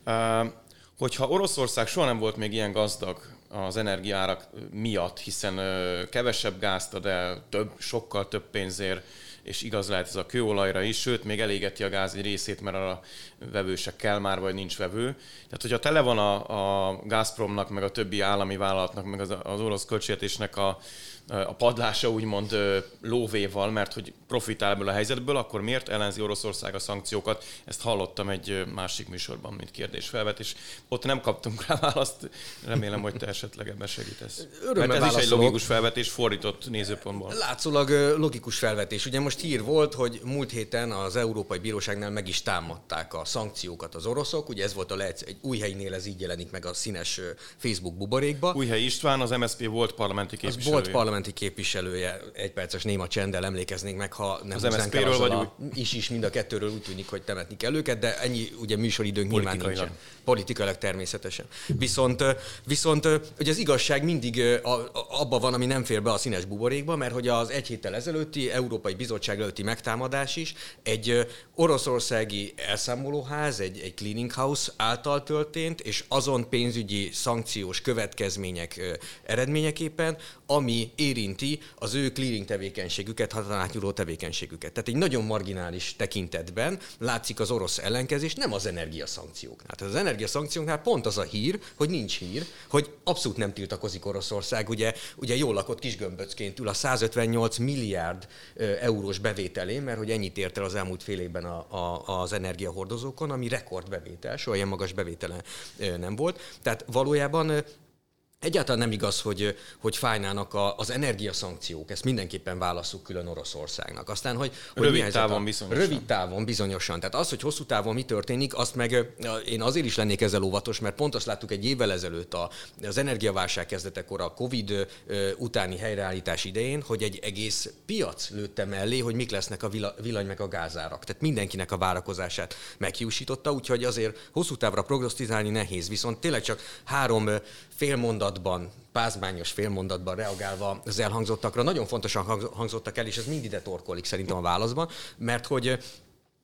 Hogyha Oroszország soha nem volt még ilyen gazdag az energiaárak miatt, hiszen kevesebb gázt ad el, több, sokkal több pénzért, és igaz lehet ez a kőolajra is, sőt, még elégeti a gáz egy részét, mert a vevő se kell már, vagy nincs vevő. Tehát, hogyha tele van a, a Gazpromnak, meg a többi állami vállalatnak, meg az, az orosz költségvetésnek a, a padlása úgymond lóvéval, mert hogy profitál ebből a helyzetből, akkor miért ellenzi Oroszország a szankciókat? Ezt hallottam egy másik műsorban, mint kérdésfelvetés. Ott nem kaptunk rá választ, remélem, hogy te esetleg ebben segítesz. Örömmel mert ez válaszolok. is egy logikus felvetés fordított nézőpontból. Látszólag logikus felvetés. Ugye most hír volt, hogy múlt héten az Európai Bíróságnál meg is támadták a szankciókat az oroszok. Ugye ez volt a lehetsz, egy Újhelyinél ez így jelenik meg a színes Facebook buborékba. Újhelyi István, az em es zé pé volt parlamenti képviselője. Az volt parlamenti képviselője, egy perces néma csenddel emlékeznénk meg, ha nem az em es zé péről vagy a, is, is mind a kettőről úgy tűnik, hogy temetni kell őket, de ennyi ugye műsoridőnk nyilván nincsen. Politikailag természetesen. Viszont, viszont ugye az igazság mindig abban van, ami nem fér be a színes buborékba, mert hogy az egy héttel ezelőtti Európai Bizottság előtti megtámadás is egy oroszországi elszámolóház, egy, egy cleaning house által történt, és azon pénzügyi szankciós következmények eredményeképpen, ami érinti az ő clearing tevékenységüket, határon átnyúló tevékenységüket. Tehát egy nagyon marginális tekintetben látszik az orosz ellenkezés, nem az energiaszankcióknál. Tehát az energiaszankcióknál pont az a hír, hogy nincs hír, hogy abszolút nem tiltakozik Oroszország. Ugye, ugye jól lakott kisgömböcként ül a százötvennyolc milliárd eurós bevételén, mert hogy ennyit ért el az elmúlt fél évben a, a, az energiahordozókon, ami rekordbevétel, soha ilyen magas bevétele nem volt. Tehát valójában egyáltalán nem igaz, hogy, hogy fájnának a, az energiaszankciók, ezt mindenképpen válasszuk külön Oroszországnak. Aztán, hogy, hogy rövid távon bizonyosan. Rövid távon bizonyosan. Tehát az, hogy hosszú távon mi történik, azt meg én azért is lennék ezzel óvatos, mert pont azt láttuk egy évvel ezelőtt a, az energiaválság kezdetekor, a Covid utáni helyreállítás idején, hogy egy egész piac lőtte mellé, hogy mik lesznek a villany meg a gázárak. Tehát mindenkinek a várakozását meghiúsította, úgyhogy azért hosszú távra prognosztizálni nehéz. Viszont tényleg csak három félmondatban, pázmányos félmondatban reagálva az elhangzottakra, nagyon fontosan hangzottak el, és ez mind ide torkolik szerintem a válaszban, mert hogy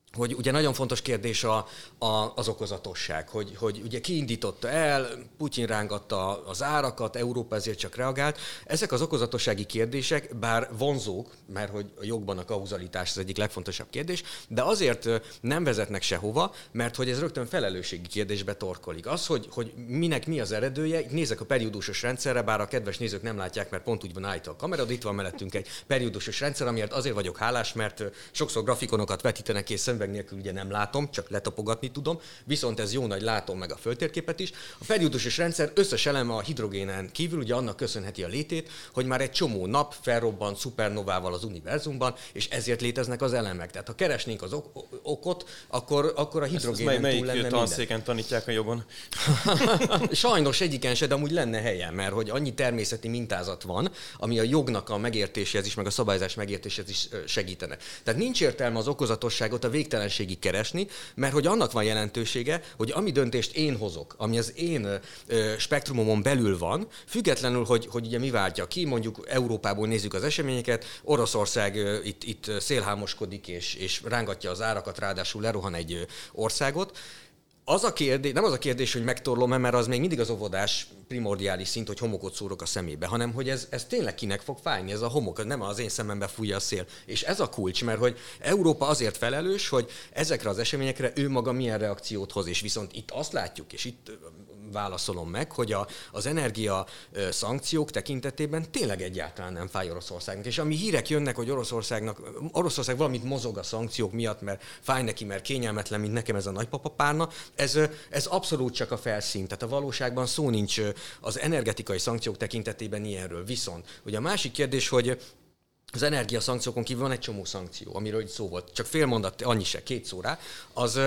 hogy ugye nagyon fontos kérdés a, a, az okozatosság, hogy, hogy ugye ki indította el, Putyin rángatta az árakat, Európa ezért csak reagált. Ezek az okozatossági kérdések, bár vonzók, mert hogy a jogban a kauzalitás az egyik legfontosabb kérdés, de azért nem vezetnek sehova, mert hogy ez rögtön felelősségi kérdésbe torkolik. Az, hogy, hogy minek mi az eredője, nézek a periódusos rendszerre, bár a kedves nézők nem látják, mert pont úgy van állítva a kamera, de itt van mellettünk egy periódusos rendszer, amiért azért vagyok hálás, mert sokszor grafikonokat vetítenek és szemüveg nélkül ugye nem látom, csak letapogatni tudom, viszont ez jó nagy, látom meg a földtérképet is. A periódusos rendszer összes eleme a hidrogénen kívül, ugye annak köszönheti a létét, hogy már egy csomó nap felrobbant szupernovával az univerzumban, és ezért léteznek az elemek. Tehát ha keresnénk az ok- okot, akkor, akkor a hidrogénen mely, túl lenne melyik tanszéken tanítják a jogon? Sajnos egyiken se, de amúgy lenne helye, mert hogy annyi természeti mintázat van, ami a jognak a megértéséhez is, meg a szabályozás megértéséhez is segítene. Tehát nincs értelme az okozatosságot a végtelenségig keresni, mert hogy annak van jelentősége, hogy ami döntést én hozok, ami az én ö, spektrumomon belül van, függetlenül, hogy, hogy ugye mi váltja ki, mondjuk Európából nézzük az eseményeket, Oroszország ö, itt, itt szélhámoskodik és, és rángatja az árakat, ráadásul lerohan egy ö, országot. Az a kérdés, nem az a kérdés, hogy megtorlom-e, mert az még mindig az óvodás primordiális szint, hogy homokot szúrok a szemébe, hanem hogy ez, ez tényleg kinek fog fájni, ez a homok, nem az én szemembe fújja a szél. És ez a kulcs, mert hogy Európa azért felelős, hogy ezekre az eseményekre ő maga milyen reakciót hoz, és viszont itt azt látjuk, és itt válaszolom meg, hogy a, az energia szankciók tekintetében tényleg egyáltalán nem fáj Oroszországnak. És ami hírek jönnek, hogy Oroszországnak, Oroszország valamit mozog a szankciók miatt, mert fáj neki, mert kényelmetlen, mint nekem ez a nagypapa párna, ez, ez abszolút csak a felszín. Tehát a valóságban szó nincs az energetikai szankciók tekintetében ilyenről. Viszont, hogy a másik kérdés, hogy az energiaszankciókon kívül van egy csomó szankció, amiről itt szó volt, csak fél mondat, annyi se, két szórá, az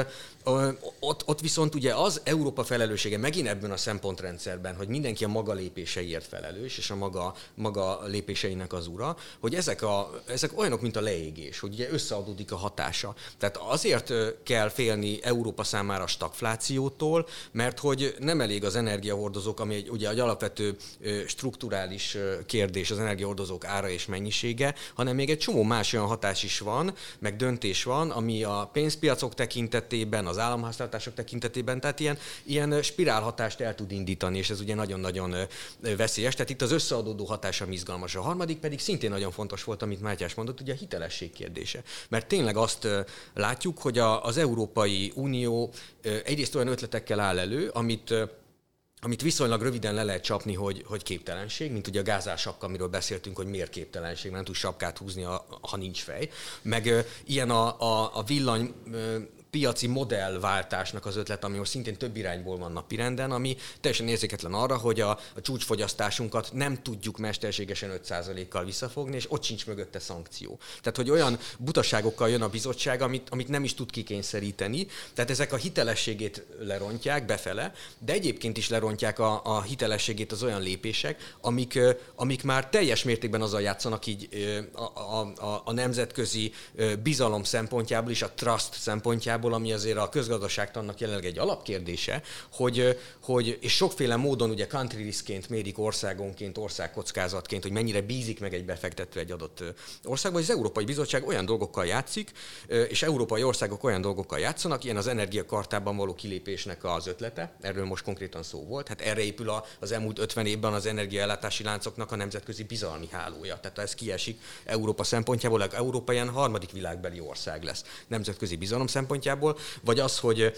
ott, ott viszont ugye az Európa felelőssége megint ebben a szempontrendszerben, hogy mindenki a maga lépéseiért felelős, és a maga, maga lépéseinek az ura, hogy ezek, a, ezek olyanok, mint a leégés, hogy ugye összeadódik a hatása. Tehát azért kell félni Európa számára stagflációtól, mert hogy nem elég az energiahordozók, ami egy, ugye egy alapvető strukturális kérdés, az energiahordozók ára és mennyisége, hanem még egy csomó más olyan hatás is van, meg döntés van, ami a pénzpiacok tekintetében, az államháztartások tekintetében, tehát ilyen, ilyen spirálhatást el tud indítani, és ez ugye nagyon-nagyon veszélyes. Tehát itt az összeadódó hatása izgalmas. A harmadik pedig szintén nagyon fontos volt, amit Mátyás mondott, ugye a hitelesség kérdése. Mert tényleg azt látjuk, hogy a, az Európai Unió egyrészt olyan ötletekkel áll elő, amit amit viszonylag röviden le lehet csapni, hogy, hogy képtelenség, mint ugye a gázásapka, amiről beszéltünk, hogy miért képtelenség, mert nem tud sapkát húzni, ha nincs fej. Meg uh, ilyen a, a, a villany uh, piaci modellváltásnak az ötlet, ami most szintén több irányból van napirenden, ami teljesen érzéketlen arra, hogy a, a csúcsfogyasztásunkat nem tudjuk mesterségesen öt százalékkal visszafogni, és ott sincs mögötte szankció. Tehát, hogy olyan butaságokkal jön a bizottság, amit, amit nem is tud kikényszeríteni, tehát ezek a hitelességét lerontják befele, de egyébként is lerontják a, a hitelességét az olyan lépések, amik, amik már teljes mértékben azzal játszanak így a, a, a, a nemzetközi bizalom szempontjából és a trust szempontjából, ami azért a közgazdaságtannak jelenleg egy alapkérdése, hogy, hogy és sokféle módon ugye country riskként mérik országonként, országkockázatként, hogy mennyire bízik meg egy befektető egy adott országban, és az Európai Bizottság olyan dolgokkal játszik, és európai országok olyan dolgokkal játszanak, ilyen az energiakartában való kilépésnek az ötlete, erről most konkrétan szó volt, hát erre épül az elmúlt ötven évben az energiaellátási láncoknak a nemzetközi bizalmi hálója. Tehát ez kiesik Európa szempontjából, Európa ilyen harmadik világbeli ország lesz nemzetközi bizalom szempontjából, vagy az, hogy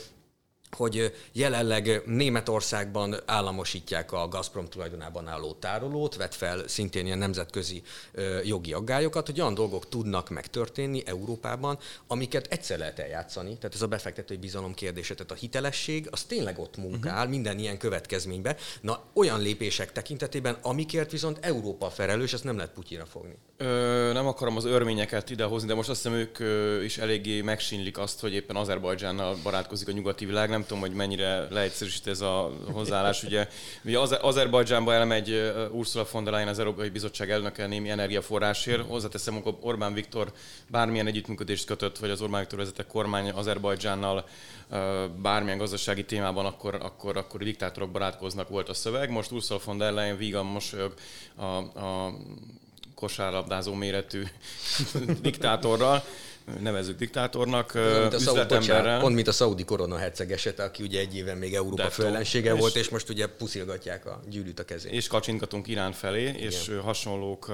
hogy jelenleg Németországban államosítják a Gazprom tulajdonában álló tárolót, vet fel szintén ilyen nemzetközi jogi aggályokat, hogy olyan dolgok tudnak megtörténni Európában, amiket egyszer lehet eljátszani. Tehát ez a befektetői bizalom kérdése, tehát a hitelesség, az tényleg ott munkál uh-huh. minden ilyen következménybe. Na, olyan lépések tekintetében, amikért viszont Európa felelős, ezt nem lehet Putyinra fogni. Ö, nem akarom az örményeket idehozni, de most azt hiszem ők ö, is eléggé megsínlik azt, hogy éppen Azerbajdzsánnal barátkozik a nyugati világ. Nem tudom, hogy mennyire leegyszerűsít ez a hozzáállás. Ugye, ugye Az- Azerbajdzsánba elmegy Ursula von der Leyen, az Európai Bizottság elnöke némi energiaforrásért. Hozzáteszem, hogy Orbán Viktor bármilyen együttműködést kötött, vagy az Orbán Viktor vezetett kormány Azerbajdzsánnal bármilyen gazdasági témában, akkor, akkor, akkor a diktátorok barátkoznak, volt a szöveg. Most Ursula von der Leyen vígan mosolyog a, a kosárlabdázó méretű diktátorral. nevezzük diktátornak, pont, üzletemberrel. Pont mint a szaudi koronaherceg esete, aki ugye egy éven még Európa főellensége volt, és most ugye puszilgatják a gyűrűt a kezén. És kacsingatunk Irán felé, igen. És hasonlók,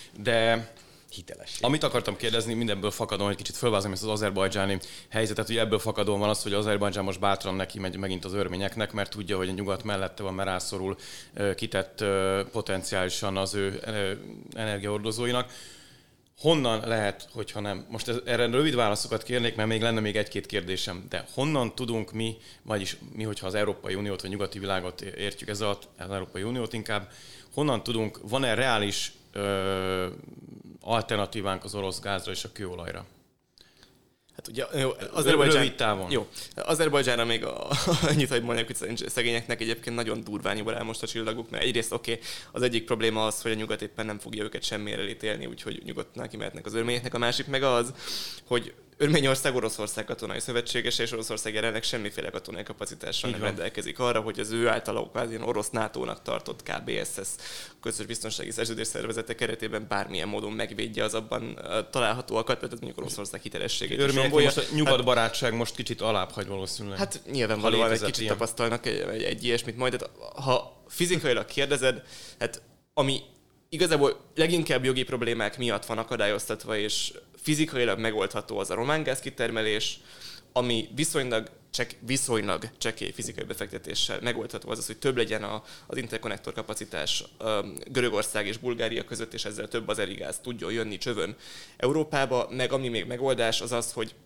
de hitelesség. Amit akartam kérdezni, mindenből fakadóan, hogy kicsit fölvázolom ezt az azerbajdzsáni helyzetet, hogy ebből fakadóan van az, hogy Azerbajdzsán most bátran neki megy megint az örményeknek, mert tudja, hogy a nyugat mellette van, mert rászorul kitett potenciálisan az ő energiahordozóinak. Honnan lehet, hogyha nem? Most ez, erre rövid válaszokat kérnék, mert még lenne még egy-két kérdésem, de honnan tudunk mi, vagyis mi, hogyha az Európai Uniót vagy nyugati világot értjük ez alatt, az Európai Uniót inkább, honnan tudunk, van-e reális ö, alternatívánk az orosz gázra és a kőolajra? Hát ugye, jó, Azerbajdzsán, rövid távon. Jó, Azerbajdzsánra még a, annyit, hogy mondják, hogy szegényeknek egyébként nagyon durványúban el most a csillaguk, mert egyrészt oké, okay, az egyik probléma az, hogy a nyugat éppen nem fogja őket semmire elítélni, úgyhogy nyugodtan kimehetnek az örményeknek. A másik meg az, hogy Örményország Oroszország katonai szövetségese, és Oroszország jelenleg semmiféle katonai kapacitással nem rendelkezik arra, hogy az ő által kvázi orosz nátónak tartott ká bé es es közös biztonsági szerződés szervezete keretében bármilyen módon megvédje az abban találhatóakat, tehát mondjuk Oroszország hitelességét. Örmények most a nyugatbarátság hát, most kicsit alább hagy valószínűleg. Hát nyilvánvalóan egy kicsit ilyen. tapasztalnak egy, egy, egy ilyesmit majd. Hát, ha fizikailag kérdezed, hát ami igazából leginkább jogi problémák miatt van akadályoztatva, és fizikailag megoldható az a román gázkitermelés, ami viszonylag, csak viszonylag csekély fizikai befektetéssel megoldható az az, hogy több legyen a, az interkonnektor kapacitás Görögország és Bulgária között, és ezzel több azeri gáz tudjon jönni csövön Európába, meg ami még megoldás az az, hogy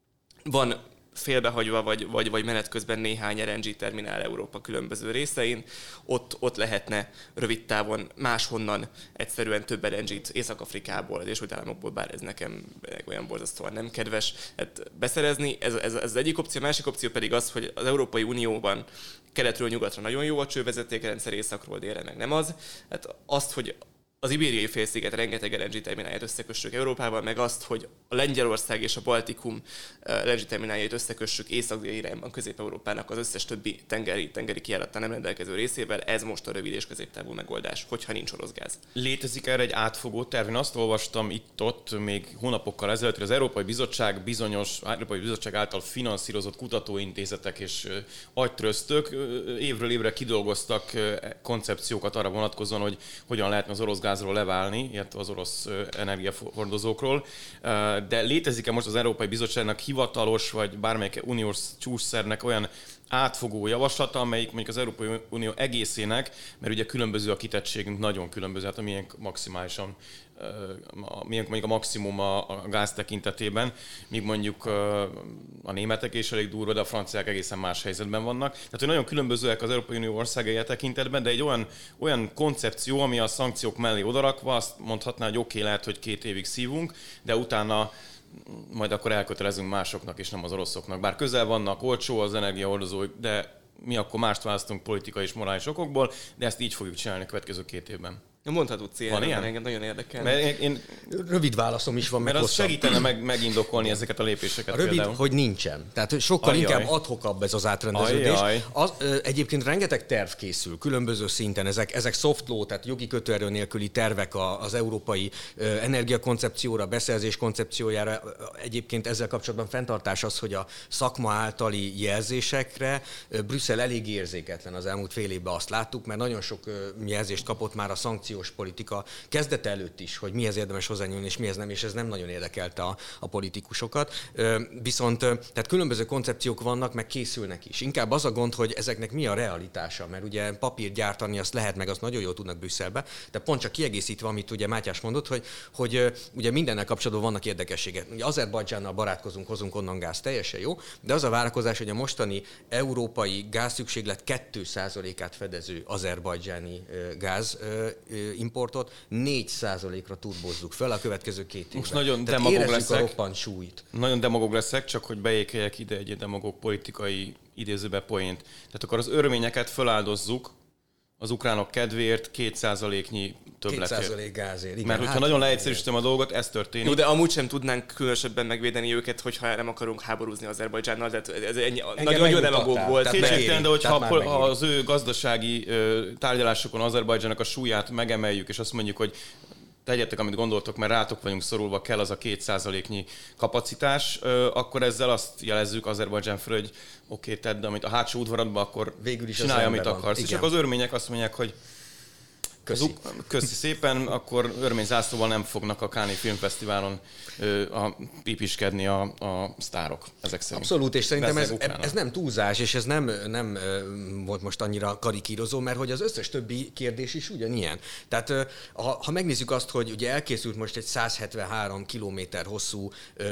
van félbehagyva, vagy, vagy, vagy menet közben néhány er en gé terminál Európa különböző részein, ott, ott lehetne rövid távon máshonnan egyszerűen több er en gét Észak-Afrikából, az Egyesült Államokból, bár ez nekem olyan borzasztóan nem kedves, hát beszerezni. Ez, ez, ez az egyik opció, a másik opció pedig az, hogy az Európai Unióban keletről nyugatra nagyon jó a csővezetékrendszer, északról délre meg nem az. Hát azt, hogy az Ibériai félsziget rengeteg er en gé terminálját összekössük Európával, meg azt, hogy a Lengyelország és a Baltikum er en gé terminálját összekössük észak-déli irányban Közép-Európának az összes többi tengeri, tengeri kijárattal nem rendelkező részével, ez most a rövid és középtávú megoldás, hogyha nincs orosz gáz. Létezik erre egy átfogó terv? Én azt olvastam itt-ott még hónapokkal ezelőtt, hogy az Európai Bizottság bizonyos Európai Bizottság által finanszírozott kutatóintézetek és agytröztök évről évre kidolgoztak koncepciókat arra vonatkozóan, hogy hogyan lehetne az orosz gázról leválni, illetve az orosz energiahordozókról. De létezik-e most az Európai Bizottságnak hivatalos, vagy bármelyik uniós csúcsszernek olyan átfogó javaslata, amelyik mondjuk az Európai Unió egészének, mert ugye különböző a kitettségünk, nagyon különböző, hát amilyen maximálisan, milyen mondjuk a maximum a gáz tekintetében, míg mondjuk a németek is elég durva, de a franciák egészen más helyzetben vannak. Tehát, hogy nagyon különbözőek az Európai Unió országai tekintetben, de egy olyan, olyan koncepció, ami a szankciók mellé odarakva, azt mondhatná, hogy oké, okay, lehet, hogy két évig szívunk, de utána majd akkor elkötelezünk másoknak, és nem az oroszoknak. Bár közel vannak, olcsó az energiahordozók, de mi akkor mást választunk politikai és morális okokból, de ezt így fogjuk csinálni a következő két évben. Mondhatod célra, mert engem nagyon érdekel. Mert én, rövid válaszom is van, mert az segítene meg, megindokolni ezeket a lépéseket. A rövid, például. Hogy nincsen. Tehát sokkal ajaj. inkább adhokabb ez az átrendeződés. Az, egyébként rengeteg terv készül, különböző szinten. Ezek, ezek soft law, tehát jogi kötőerő nélküli tervek az európai energiakoncepcióra, beszerzés koncepciójára. Egyébként ezzel kapcsolatban fenntartás az, hogy a szakma általi jelzésekre Brüsszel elég érzéketlen az elmúlt fél évben, azt láttuk, mert nagyon sok jelzést kapott már a szankció politika kezdete előtt is, hogy mihez érdemes hozzányúlni, és mihez nem, és ez nem nagyon érdekelte a, a politikusokat. Viszont tehát különböző koncepciók vannak, meg készülnek is. Inkább az a gond, hogy ezeknek mi a realitása, mert ugye papírt gyártani azt lehet, meg azt nagyon jól tudnak Brüsszelbe, de pont csak kiegészítve, amit ugye Mátyás mondott, hogy, hogy ugye mindennel kapcsolatban vannak érdekességek. Ugye Azerbajdzsánnal barátkozunk, hozunk onnan gáz, teljesen jó, de az a várakozás, hogy a mostani európai gázszükséglet két százalékát fedező azerbajdzsáni gáz importot négy százalékra turbozzuk fel a következő két évben. Most nagyon demagóg leszek. A roppant súlyt. Nagyon demagóg leszek, csak hogy beékeljek ide egy demagóg politikai idézőbe poént. Tehát akkor az örményeket feláldozzuk az ukránok kedvéért két százaléknyi többletért. két százalék gázért. Igen, mert hogyha hát, nagyon leegyszerűsítem a dolgot, ez történik. Jó, de amúgy sem tudnánk különösebben megvédeni őket, hogyha nem akarunk háborúzni Azerbajdzsánnal, de ez ennyi, nagyon demagóg volt. Kétségtelen, de hogyha ha az ő gazdasági tárgyalásokon Azerbajdzsának a súlyát megemeljük, és azt mondjuk, hogy tegyetek, amit gondoltok, mert rátok vagyunk szorulva, kell az a két százaléknyi kapacitás, akkor ezzel azt jelezzük Azerbajdzsán felől, hogy oké, okay, tedd, amit a hátsó udvaradban, akkor végül is csinálj, amit akarsz. Igen. És akkor az örmények azt mondják, hogy Köszi. Köszi szépen, akkor örmény zászlóval nem fognak a Cannes Filmfesztiválon ö, a, pipiskedni a, a sztárok, ezek szerint. Abszolút, és szerintem ez, ez nem túlzás, és ez nem, nem volt most annyira karikírozó, mert hogy az összes többi kérdés is ugyanilyen. Tehát ha, ha megnézzük azt, hogy ugye elkészült most egy száz hetvenhárom kilométer hosszú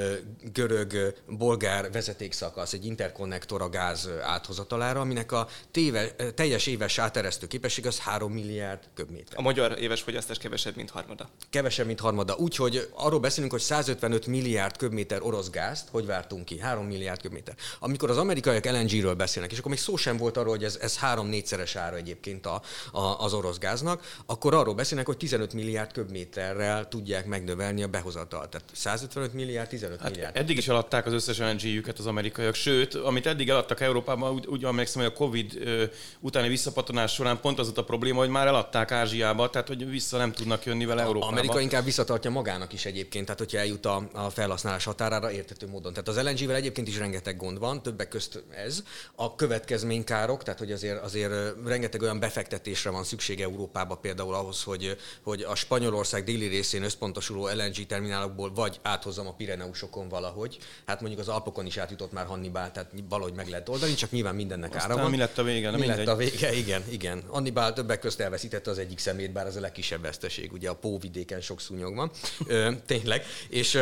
görög-bolgár vezetékszakasz, egy interkonnektor a gáz áthozatalára, aminek a téve, teljes éves áteresztő képesség az három milliárd köbméter. A magyar éves fogyasztás kevesebb, mint harmada. Kevesebb, mint harmada. Úgyhogy arról beszélünk, hogy százötvenöt milliárd köbméter orosz gázt, hogy vártunk ki? három milliárd köbméter. Amikor az amerikaiak el en gé-ről beszélnek, és akkor még szó sem volt arról, hogy ez, ez három-négyszeres ára egyébként a, a, az orosz gáznak, akkor arról beszélnek, hogy tizenöt milliárd köbméterrel tudják megnövelni a behozatalt. Tehát százötvenöt milliárd, tizenöt hát milliárd. Eddig is eladták az összes el en gé-jüket az amerikaiak, sőt, amit eddig eladtak Európában, úgy, úgy emlékszem, hogy a Covid ö, utáni visszapattanás során pont az ott a probléma, hogy már eladták Ázsiába, tehát hogy vissza nem tudnak jönni vele Európába. Amerika inkább visszatartja magának is egyébként, tehát hogyha eljut a, a felhasználás határára érthető módon. Tehát az el en gé-vel egyébként is rengeteg gond van, többek közt ez. A következménykárok, tehát hogy azért, azért rengeteg olyan befektetésre van szükség Európába például ahhoz, hogy, hogy a Spanyolország déli részén összpontosuló el en gé terminálokból vagy áthozzam a Pireneusokon valahogy. Hát mondjuk az Alpokon is átjutott már Hannibal, tehát valahogy meg lehet oldani, csak nyilván mindennek Aztán ára van. mi lett a vége? Mi lett a vége? Igen, igen. Hannibal többek közt elveszítette az egyik szemét, bár az a legkisebb veszteség, ugye a Póvidéken sok szúnyog van, ö, tényleg, és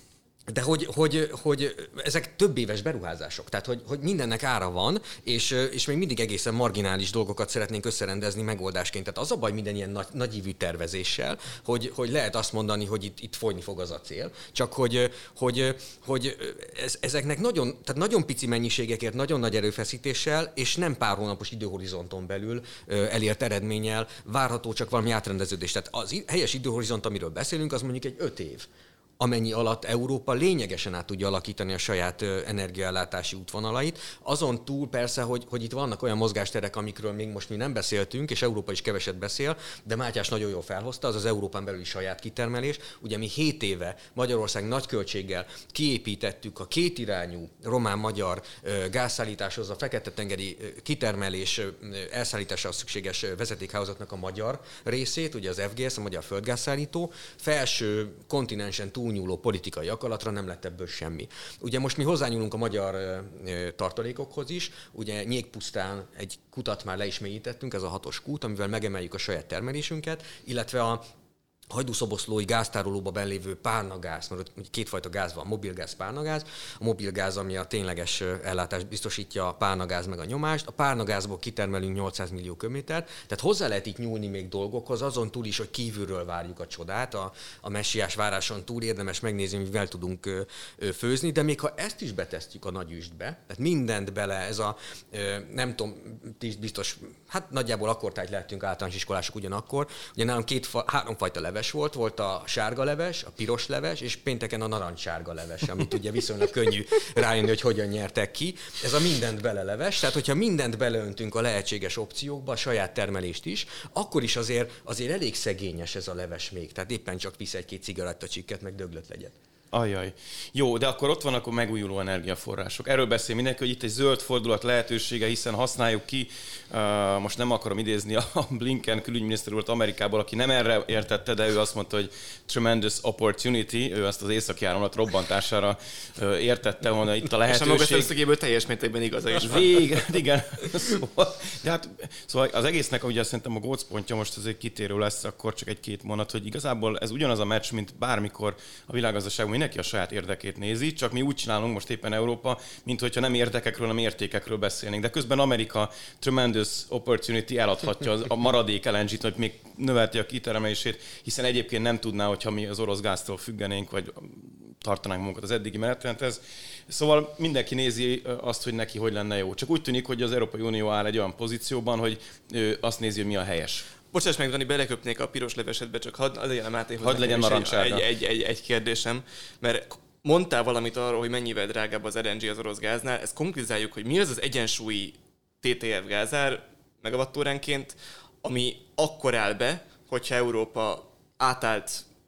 de hogy, hogy, hogy ezek több éves beruházások, tehát hogy, hogy mindennek ára van, és, és még mindig egészen marginális dolgokat szeretnénk összerendezni megoldásként. Tehát az a baj minden ilyen nagy, nagyívű tervezéssel, hogy, hogy lehet azt mondani, hogy itt, itt folyni fog az a cél, csak hogy, hogy, hogy ez, ezeknek nagyon, tehát nagyon pici mennyiségekért, nagyon nagy erőfeszítéssel, és nem pár hónapos időhorizonton belül elért eredménnyel várható csak valami átrendeződés. Tehát az helyes időhorizont, amiről beszélünk, az mondjuk egy öt év. Amennyi alatt Európa lényegesen át tudja alakítani a saját energiaellátási útvonalait. Azon túl persze, hogy, hogy itt vannak olyan mozgásterek, amikről még most mi nem beszéltünk, és Európa is keveset beszél, de Mátyás nagyon jól felhozta, az az Európán belüli saját kitermelés. Ugye mi hét éve Magyarország nagy költséggel kiépítettük a kétirányú román-magyar gázszállításhoz, a Fekete-tengeri kitermelés elszállításához szükséges vezetékhálózatnak a magyar részét, ugye az ef gé es, a Magyar Földgázszállító, felső kontinensen túlnyúló politikai akaratra nem lett ebből semmi. Ugye most mi hozzányúlunk a magyar ö, tartalékokhoz is, ugye Nyékpusztán egy kutat már le is mélyítettünk, ez a hatos kút, amivel megemeljük a saját termelésünket, illetve a hajdúszoboszlói gáztárolóba belévő párnagáz, mert ott kétfajta gáz van, mobilgáz, párnagáz. A mobilgáz, ami a tényleges ellátást biztosítja, a párnagáz meg a nyomást. A párnagázból kitermelünk nyolcszáz millió köbmétert, tehát hozzá lehet itt nyúlni még dolgokhoz, azon túl is, hogy kívülről várjuk a csodát, a, a messiás váráson túl érdemes megnézni, hogy mivel tudunk ö, ö, főzni, de még ha ezt is betesztjük a nagy üstbe, tehát mindent bele, ez a, ö, nem tudom, biztos, hát nagyjából akkortájt lehetünk általános iskolások ugyanakkor, ugye nálam két, háromfajta leves volt, volt a sárga leves, a piros leves, és pénteken a narancssárga leves, amit ugye viszonylag könnyű rájönni, hogy hogyan nyertek ki. Ez a mindent beleleves, tehát hogyha mindent beleöntünk a lehetséges opciókba, a saját termelést is, akkor is azért, azért elég szegényes ez a leves még, tehát éppen csak visz egy-két cigarettacsikket, meg döglött legyet. Ajaj. Jó, de akkor ott vannak a megújuló energiaforrások. Erről beszél mindenki, hogy itt egy zöld fordulat lehetősége, hiszen használjuk ki, uh, most nem akarom idézni a Blinken külügyminiszter urat Amerikából, aki nem erre értette, de ő azt mondta, hogy tremendous opportunity, ő azt az északi áramlat robbantására uh, értette, hogy itt a lehetőség. És a magas összegéből teljes mértékben igaza is van. Végig, igen. Szóval, de hát, szóval az egésznek, ugye szerintem a gócpontja most azért kitérő lesz, akkor csak egy-két mondat, hogy igazából ez ugyanaz a meccs, mint bármikor a világgazdaságban mindenki a saját érdekét nézi, csak mi úgy csinálunk most éppen Európa, mint hogyha nem érdekekről, hanem értékekről beszélnénk. De közben Amerika tremendous opportunity eladhatja a maradék el en gét, hogy még növelti a kitermelését, hiszen egyébként nem tudná, hogyha mi az orosz gáztól függenénk, vagy tartanánk magunkat az eddigi menetrendhez. Szóval mindenki nézi azt, hogy neki hogy lenne jó. Csak úgy tűnik, hogy az Európai Unió áll egy olyan pozícióban, hogy azt nézi, hogy mi a helyes. Bocsáss meg, Dani, beleköpnék a piros levesedbe, csak hadd ad legyen a Mátéhoz. Hadd legyen narancssárga. Egy, egy, egy, egy kérdésem, mert mondtál valamit arról, hogy mennyivel drágább az el en gé az orosz gáznál. Ezt konkrétizáljuk, hogy mi az az egyensúlyi té té ef gázár megawattóránként, ami akkor áll be, hogyha Európa átállt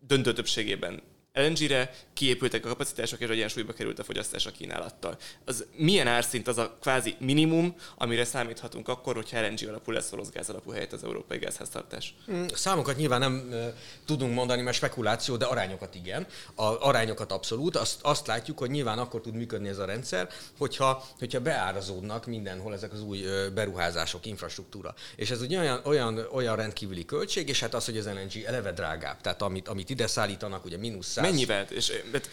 döntő többségében el en gé-re, kiépültek a kapacitások, és egyensúlyba került a fogyasztás a kínálattal. Az milyen árszint az a kvázi minimum, amire számíthatunk akkor, hogyha el en gé alapú lesz orosz gáz alapú helyett az európai gázháztartás? Számokat nyilván nem uh, tudunk mondani, mert spekuláció, de arányokat igen. A arányokat abszolút. Azt, azt látjuk, hogy nyilván akkor tud működni ez a rendszer, hogyha, hogyha beárazódnak mindenhol ezek az új uh, beruházások, infrastruktúra. És ez ugye olyan, olyan, olyan rendkívüli költség, és hát az, hogy az el en gé eleve drágább. Tehát amit, amit ide szállítanak, ugye mínusz száz. Mennyivel? És,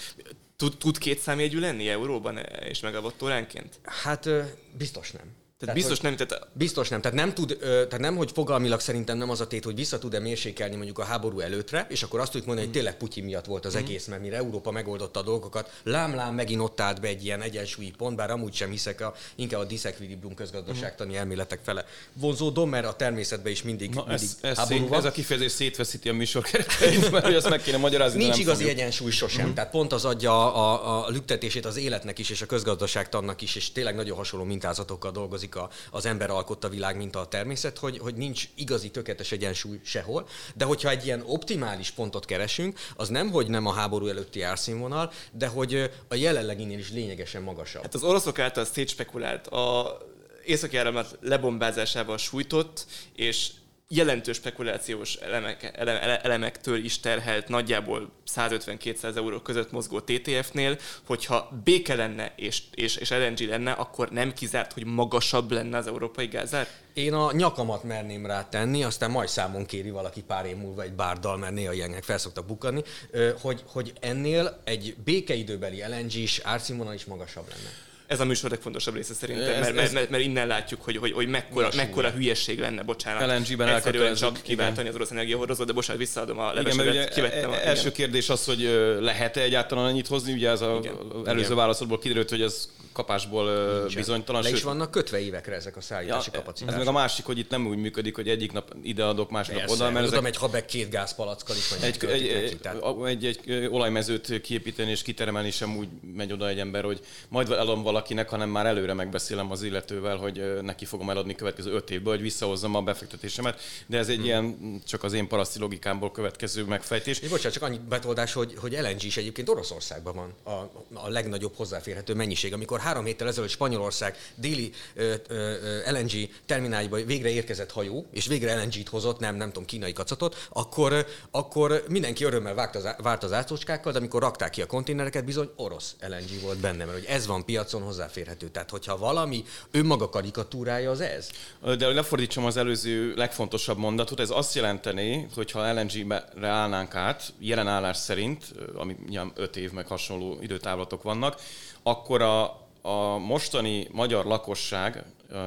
tud, tud két számjegyű lenni euróban és megawattóránként? Hát biztos nem. Tehát, tehát biztos nem, tehát... Biztos nem. Tehát nem tud, tehát nem, hogy fogalmilag szerintem nem az a tét, hogy vissza tud-e mérsékelni mondjuk a háború előttre, és akkor azt tudjuk mondani, hogy tényleg Putyin miatt volt az egész, mert mire Európa megoldotta a dolgokat, lám-lám megint ott állt be egy ilyen egyensúlyi pont, bár amúgy sem hiszek, a, inkább a disequilibrium közgazdaságtani elméletek fele vonzódom, mert a természetben is mindig, Na, mindig ez, háború ez, van. ez a kifejezés szétveszíti a műsor kereteit, mert hogy azt meg kéne magyarázni. Nincs nem igazi fogjuk. egyensúly sosem. Uh-huh. Tehát pont az adja a, a, a lüktetését az életnek is, és a közgazdaságtannak is, és tényleg nagyon hasonló mintázatokkal dolgozik a, az ember alkotta világ, mint a természet, hogy, hogy nincs igazi tökéletes egyensúly sehol, de hogyha egy ilyen optimális pontot keresünk, az nem, hogy nem a háború előtti árszínvonal, de hogy a jelenleginél is lényegesen magasabb. Hát az oroszok által szétspekulált, a északi áramlat lebombázásával sújtott, és jelentős spekulációs elemek, ele, elemektől is terhelt nagyjából százötven-kétszáz euró között mozgó té té ef-nél, hogyha béke lenne és, és, és el en gé lenne, akkor nem kizárt, hogy magasabb lenne az európai gázár? Én a nyakamat merném rá tenni, aztán majd számon kéri valaki pár év múlva egy bárdal, mert néha ilyenek fel szoktak bukkanni, hogy, hogy ennél egy békeidőbeli el en gés árszínvonal is magasabb lenne. Ez a műsor legfontosabb része szerintem, ez, mert, ez, mert, mert innen látjuk, hogy, hogy, hogy mekkora, mekkora hülyeség lenne, bocsánat, el en gé-ben egyszerűen csak kiváltani az orosz energiahordozót, de bocsánat, visszaadom a levesedet, kivettem. A, első kérdés az, hogy lehet-e egyáltalán annyit hozni, ugye ez az előző válaszodból kiderült, hogy ez kapásból nincsen. Bizonytalan. Le is vannak kötve évekre ezek a szállítási ja, kapacitások. Ez meg a másik, hogy itt nem úgy működik, hogy egyik nap ide adok, másik nap oda. Mert ezek... egy habek két gázpalackkal is egy, egy, egy, egy, egy olajmezőt kiépíteni és kitermelni sem úgy megy oda egy ember, hogy majd eladom valakinek, hanem már előre megbeszélem az illetővel, hogy neki fogom eladni következő öt évből, hogy visszahozzam a befektetésemet. De ez egy hmm. ilyen csak az én paraszti logikámból következő megfejtés. És bocsánat, csak annyi betoldás, hogy, hogy el en gé is egyébként Oroszországban van a, a legnagyobb hozzáférhető mennyiség. Amikor három héttel ezelőtt Spanyolország déli ö, ö, el en gé termináljába végre érkezett hajó, és végre el en gét hozott, nem, nem tudom, kínai kacatot, akkor, akkor mindenki örömmel várt az, várt az átocskákkal, de amikor rakták ki a konténereket, bizony orosz el en gé volt benne, mert hogy ez van piacon hozzáférhető. Tehát, hogyha valami önmaga karikatúrája, az ez. De lefordítsam az előző legfontosabb mondatot, ez azt jelenteni, hogyha el en gé-re állnánk át, jelen állás szerint, ami öt év meg hasonló időtávlatok vannak, akkor a, a mostani magyar lakosság,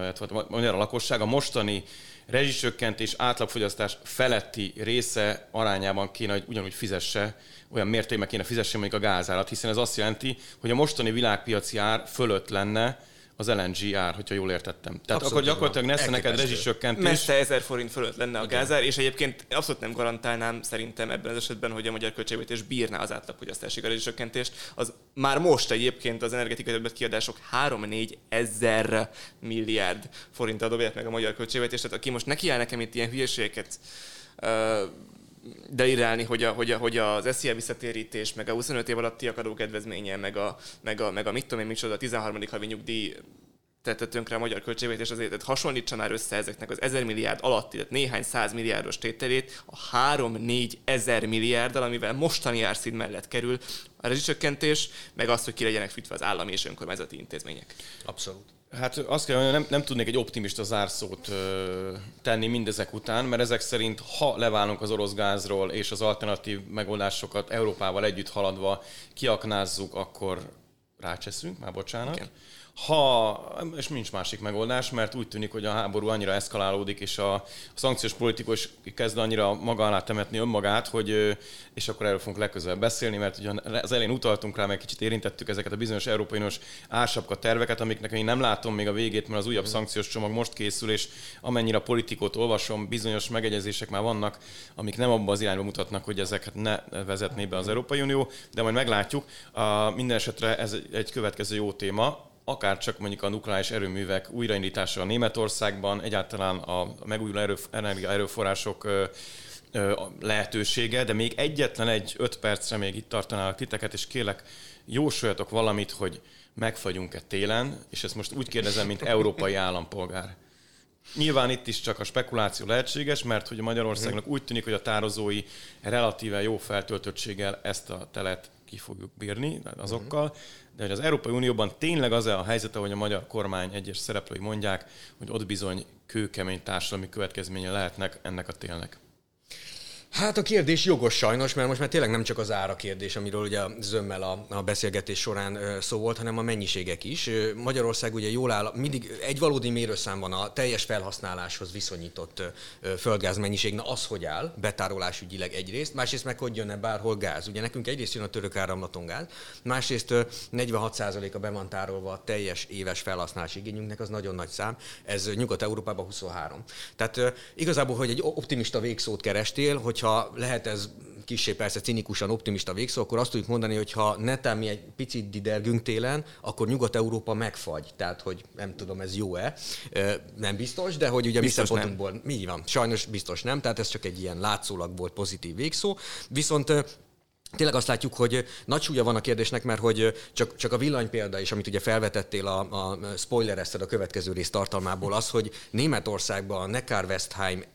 a magyar lakosság a mostani rezsicsökkentés átlagfogyasztás feletti része arányában kéne, hogy ugyanúgy fizesse, olyan mértékben kéne fizesse mondjuk a gázárat, hiszen ez azt jelenti, hogy a mostani világpiaci ár fölött lenne az el en gé ár, hogyha jól értettem. Tehát abszolút akkor gyakorlatilag nesze neked rezsicsökkentés. Messze ezer forint fölött lenne a gázár, és egyébként abszolút nem garantálnám szerintem ebben az esetben, hogy a magyar költségvetés bírná az átlagfogyasztásig a rezsicsökkentést. Az már most egyébként az energetikai kiadások három-négy ezer milliárd forinttal dobják meg a magyar költségvetést. Tehát aki most nekiáll nekem itt ilyen hülyeségeket uh, delirálni, hogy, a, hogy, a, hogy az es zé á visszatérítés, meg a huszonöt év alattiak adókedvezménye, meg a, meg a, meg a mit tudom én micsoda, a tizenharmadik havi nyugdíj tette tönkre a magyar költségvetés, azért tehát hasonlítsa már össze ezeknek az ezer milliárd alatti, tehát néhány száz milliárdos tételét a három-négy ezer milliárddal, amivel mostani árszín mellett kerül a rezsicsökkentés, meg azt, hogy ki legyenek fűtve az állami és önkormányzati intézmények. Abszolút. Hát azt kell mondani, nem, nem tudnék egy optimista zárszót ö, tenni mindezek után, mert ezek szerint, ha leválunk az orosz gázról és az alternatív megoldásokat Európával együtt haladva kiaknázzuk, akkor rácseszünk, már bocsánat. Igen. Ha, és nincs másik megoldás, mert úgy tűnik, hogy a háború annyira eszkalálódik, és a, a szankciós politikus kezd annyira maga alá temetni önmagát, hogy, és akkor erről fogunk legközelebb beszélni, mert ugye az elején utaltunk rá, meg kicsit érintettük ezeket a bizonyos Európai Uniós ársapka terveket, amiknek én nem látom még a végét, mert az újabb szankciós csomag most készül, és amennyire a politikót olvasom, bizonyos megegyezések már vannak, amik nem abba az irányba mutatnak, hogy ezeket ne vezetné be az Európai Unió, de majd meglátjuk. A, minden esetre ez egy következő jó téma. Akár csak mondjuk a nukleáris erőművek újraindítása a Németországban, egyáltalán a megújuló erő, energiaerőforrások lehetősége, de még egyetlen egy öt percre még itt tartanálak titeket, és kérlek, jósoljatok valamit, hogy megfagyunk-e télen, és ezt most úgy kérdezem, mint európai állampolgár. Nyilván itt is csak a spekuláció lehetséges, mert hogy Magyarországnak úgy tűnik, hogy a tározói relatíve jó feltöltöttséggel ezt a telet ki fogjuk bírni azokkal, de hogy az Európai Unióban tényleg az a helyzet, ahogy a magyar kormány egyes szereplői mondják, hogy ott bizony kőkemény társadalmi következménye lehetnek ennek a télnek. Hát a kérdés jogos sajnos, mert most már tényleg nem csak az ára kérdés, amiről ugye zömmel a, a beszélgetés során szó volt, hanem a mennyiségek is. Magyarország ugye jól áll, mindig egy valódi mérőszám van a teljes felhasználáshoz viszonyított földgáz mennyiség. Na az hogy áll, betárolásügyileg egyrészt, másrészt meg hogy jönne bárhol gáz. Ugye nekünk egyrészt jön a török áramlaton gáz, másrészt negyvenhat százaléka be van tárolva a teljes éves felhasználási igényünknek, az nagyon nagy szám, ez Nyugat-Európában huszonhárom. Tehát igazából, hogy egy optimista végszót kerestél, hogy ha lehet ez kissé persze cinikusan optimista végszó, akkor azt tudjuk mondani, hogy ha netán mi egy picit didergünk télen, akkor Nyugat-Európa megfagy. Tehát, hogy nem tudom, ez jó-e. Nem biztos, de hogy ugye mi szempontunkból mi van. Sajnos biztos nem, tehát ez csak egy ilyen látszólag volt pozitív végszó. Viszont tényleg azt látjuk, hogy nagy súlya van a kérdésnek, mert hogy csak, csak a villanypélda is, amit ugye felvetettél, a, a spoilerezted a következő rész tartalmából, az, hogy Németországban a Neckar-Westheim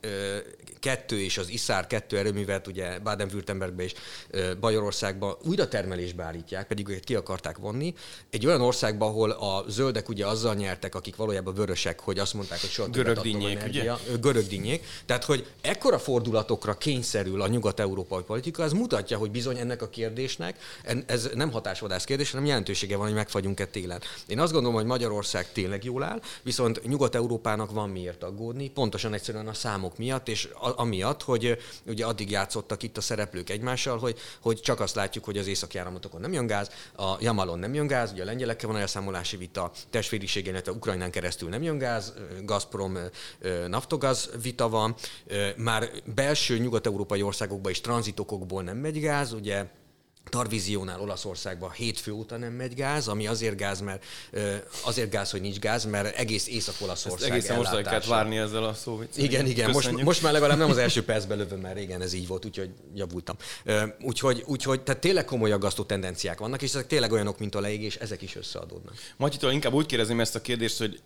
kettő és az Isar kettő erőművet, ugye Baden-Württembergben és Bajorországban újra termelésbe állítják, pedig őket ki akarták vonni. Egy olyan országban, ahol a zöldek ugye azzal nyertek, akik valójában vörösek, hogy azt mondták, hogy soha többet atomenergia. Görögdinnyék. Tehát, hogy ekkora fordulatokra kényszerül a nyugat-európai politika, ez mutatja, hogy bizony ennek a kérdésnek, ez nem hatásvadász kérdés, hanem jelentősége van, hogy megfagyunk-e télen. Én azt gondolom, hogy Magyarország tényleg jól áll, viszont Nyugat-Európának van miért aggódni, pontosan egyszerűen a számok miatt, és amiatt, hogy ugye addig játszottak itt a szereplők egymással, hogy, hogy csak azt látjuk, hogy az északi áramlatokon nem jön gáz, a Jamalon nem jön gáz, ugye a lengyelekkel van elszámolási vita, testvériségén, illetve Ukrajnán keresztül nem jön gáz, Gazprom, Naftogaz vita van, már belső nyugat-európai országokban is tranzitokokból nem megy gáz, ugye Tarvisziónál Olaszországban hétfő óta nem megy gáz, ami azért gáz, mert azért gáz, hogy nincs gáz, mert egész Észak-Olaszország egészen most kell várni ezzel a szóviccel. Igen, igen. Most, most már legalább nem az első percben lövöm, mert régen ez így volt, úgyhogy javultam. Úgyhogy, úgyhogy tehát tényleg komoly aggasztó tendenciák vannak, és ezek tényleg olyanok, mint a leégés, ezek is összeadódnak. Matyitól inkább úgy kérdezném ezt a kérdést, hogy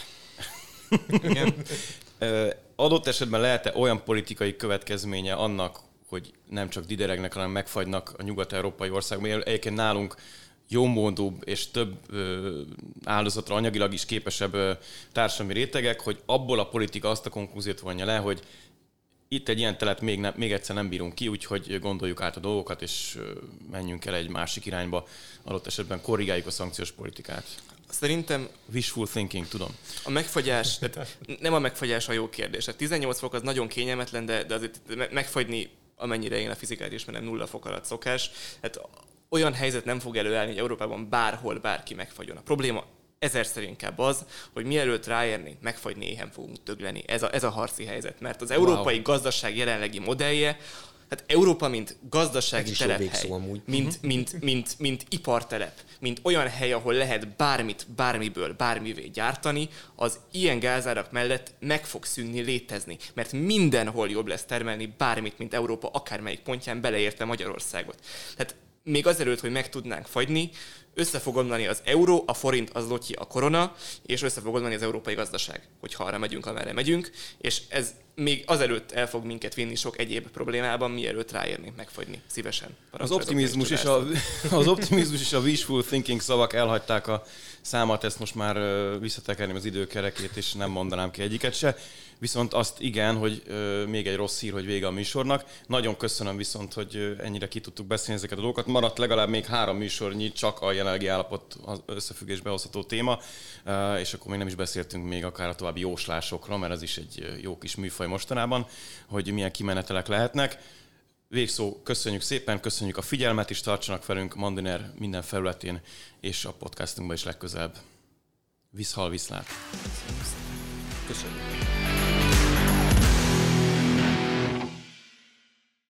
igen. Adott esetben lehet-e olyan politikai következménye annak, hogy nem csak dideregnek, hanem megfagynak a nyugat-európai országban. Egyébként nálunk jómódúbb és több áldozatra anyagilag is képesebb társadalmi rétegek, hogy abból a politika azt a konklúziót vonja le, hogy itt egy ilyen telet még, ne, még egyszer nem bírunk ki, úgyhogy gondoljuk át a dolgokat, és menjünk el egy másik irányba, adott esetben korrigáljuk a szankciós politikát. Szerintem wishful thinking, tudom. A megfagyás, tehát nem a megfagyás a jó kérdés. A tizennyolc fok az nagyon kényelmetlen, de, de azért megfagyni, amennyire én a fizikát ismerem, nulla fok alatt szokás. Hát olyan helyzet nem fog előállni, hogy Európában bárhol bárki megfagyjon. A probléma ezerszer inkább az, hogy mielőtt ráérnénk megfagyni, éhen fogunk dögleni. Ez a, ez a harci helyzet. Mert az európai wow. gazdaság jelenlegi modellje, hát Európa, mint gazdasági telephely, mint, mint, mint, mint ipartelep, mint olyan hely, ahol lehet bármit, bármiből, bármivé gyártani, az ilyen gázárak mellett meg fog szűnni létezni. Mert mindenhol jobb lesz termelni bármit, mint Európa akármelyik pontján, beleérte Magyarországot. Tehát még azelőtt, hogy meg tudnánk fagyni, össze fog omlani az euró, a forint, az lotyi, a korona, és össze fog omlani az európai gazdaság, hogyha arra megyünk, amerre megyünk, és ez még azelőtt el fog minket vinni sok egyéb problémában, mielőtt ráérnénk megfagyni. Szívesen. Az optimizmus, és a, az optimizmus és a wishful thinking szavak elhagyták a számat, ezt most már visszatekerném az időkerekét, és nem mondanám ki egyiket se. Viszont azt igen, hogy ö, még egy rossz hír, hogy vége a műsornak. Nagyon köszönöm viszont, hogy ö, ennyire ki tudtuk beszélni ezeket a dolgokat. Maradt legalább még három műsornyi, csak a jelenlegi állapot összefüggésbe hozható téma, ö, és akkor még nem is beszéltünk még akár a további jóslásokról, mert ez is egy jó kis műfaj mostanában, hogy milyen kimenetelek lehetnek. Végszó, köszönjük szépen, köszönjük a figyelmet, és tartsanak velünk Mandiner minden felületén, és a podcastunkban is legközelebb. Viszhal, viszlát! Köszönjük!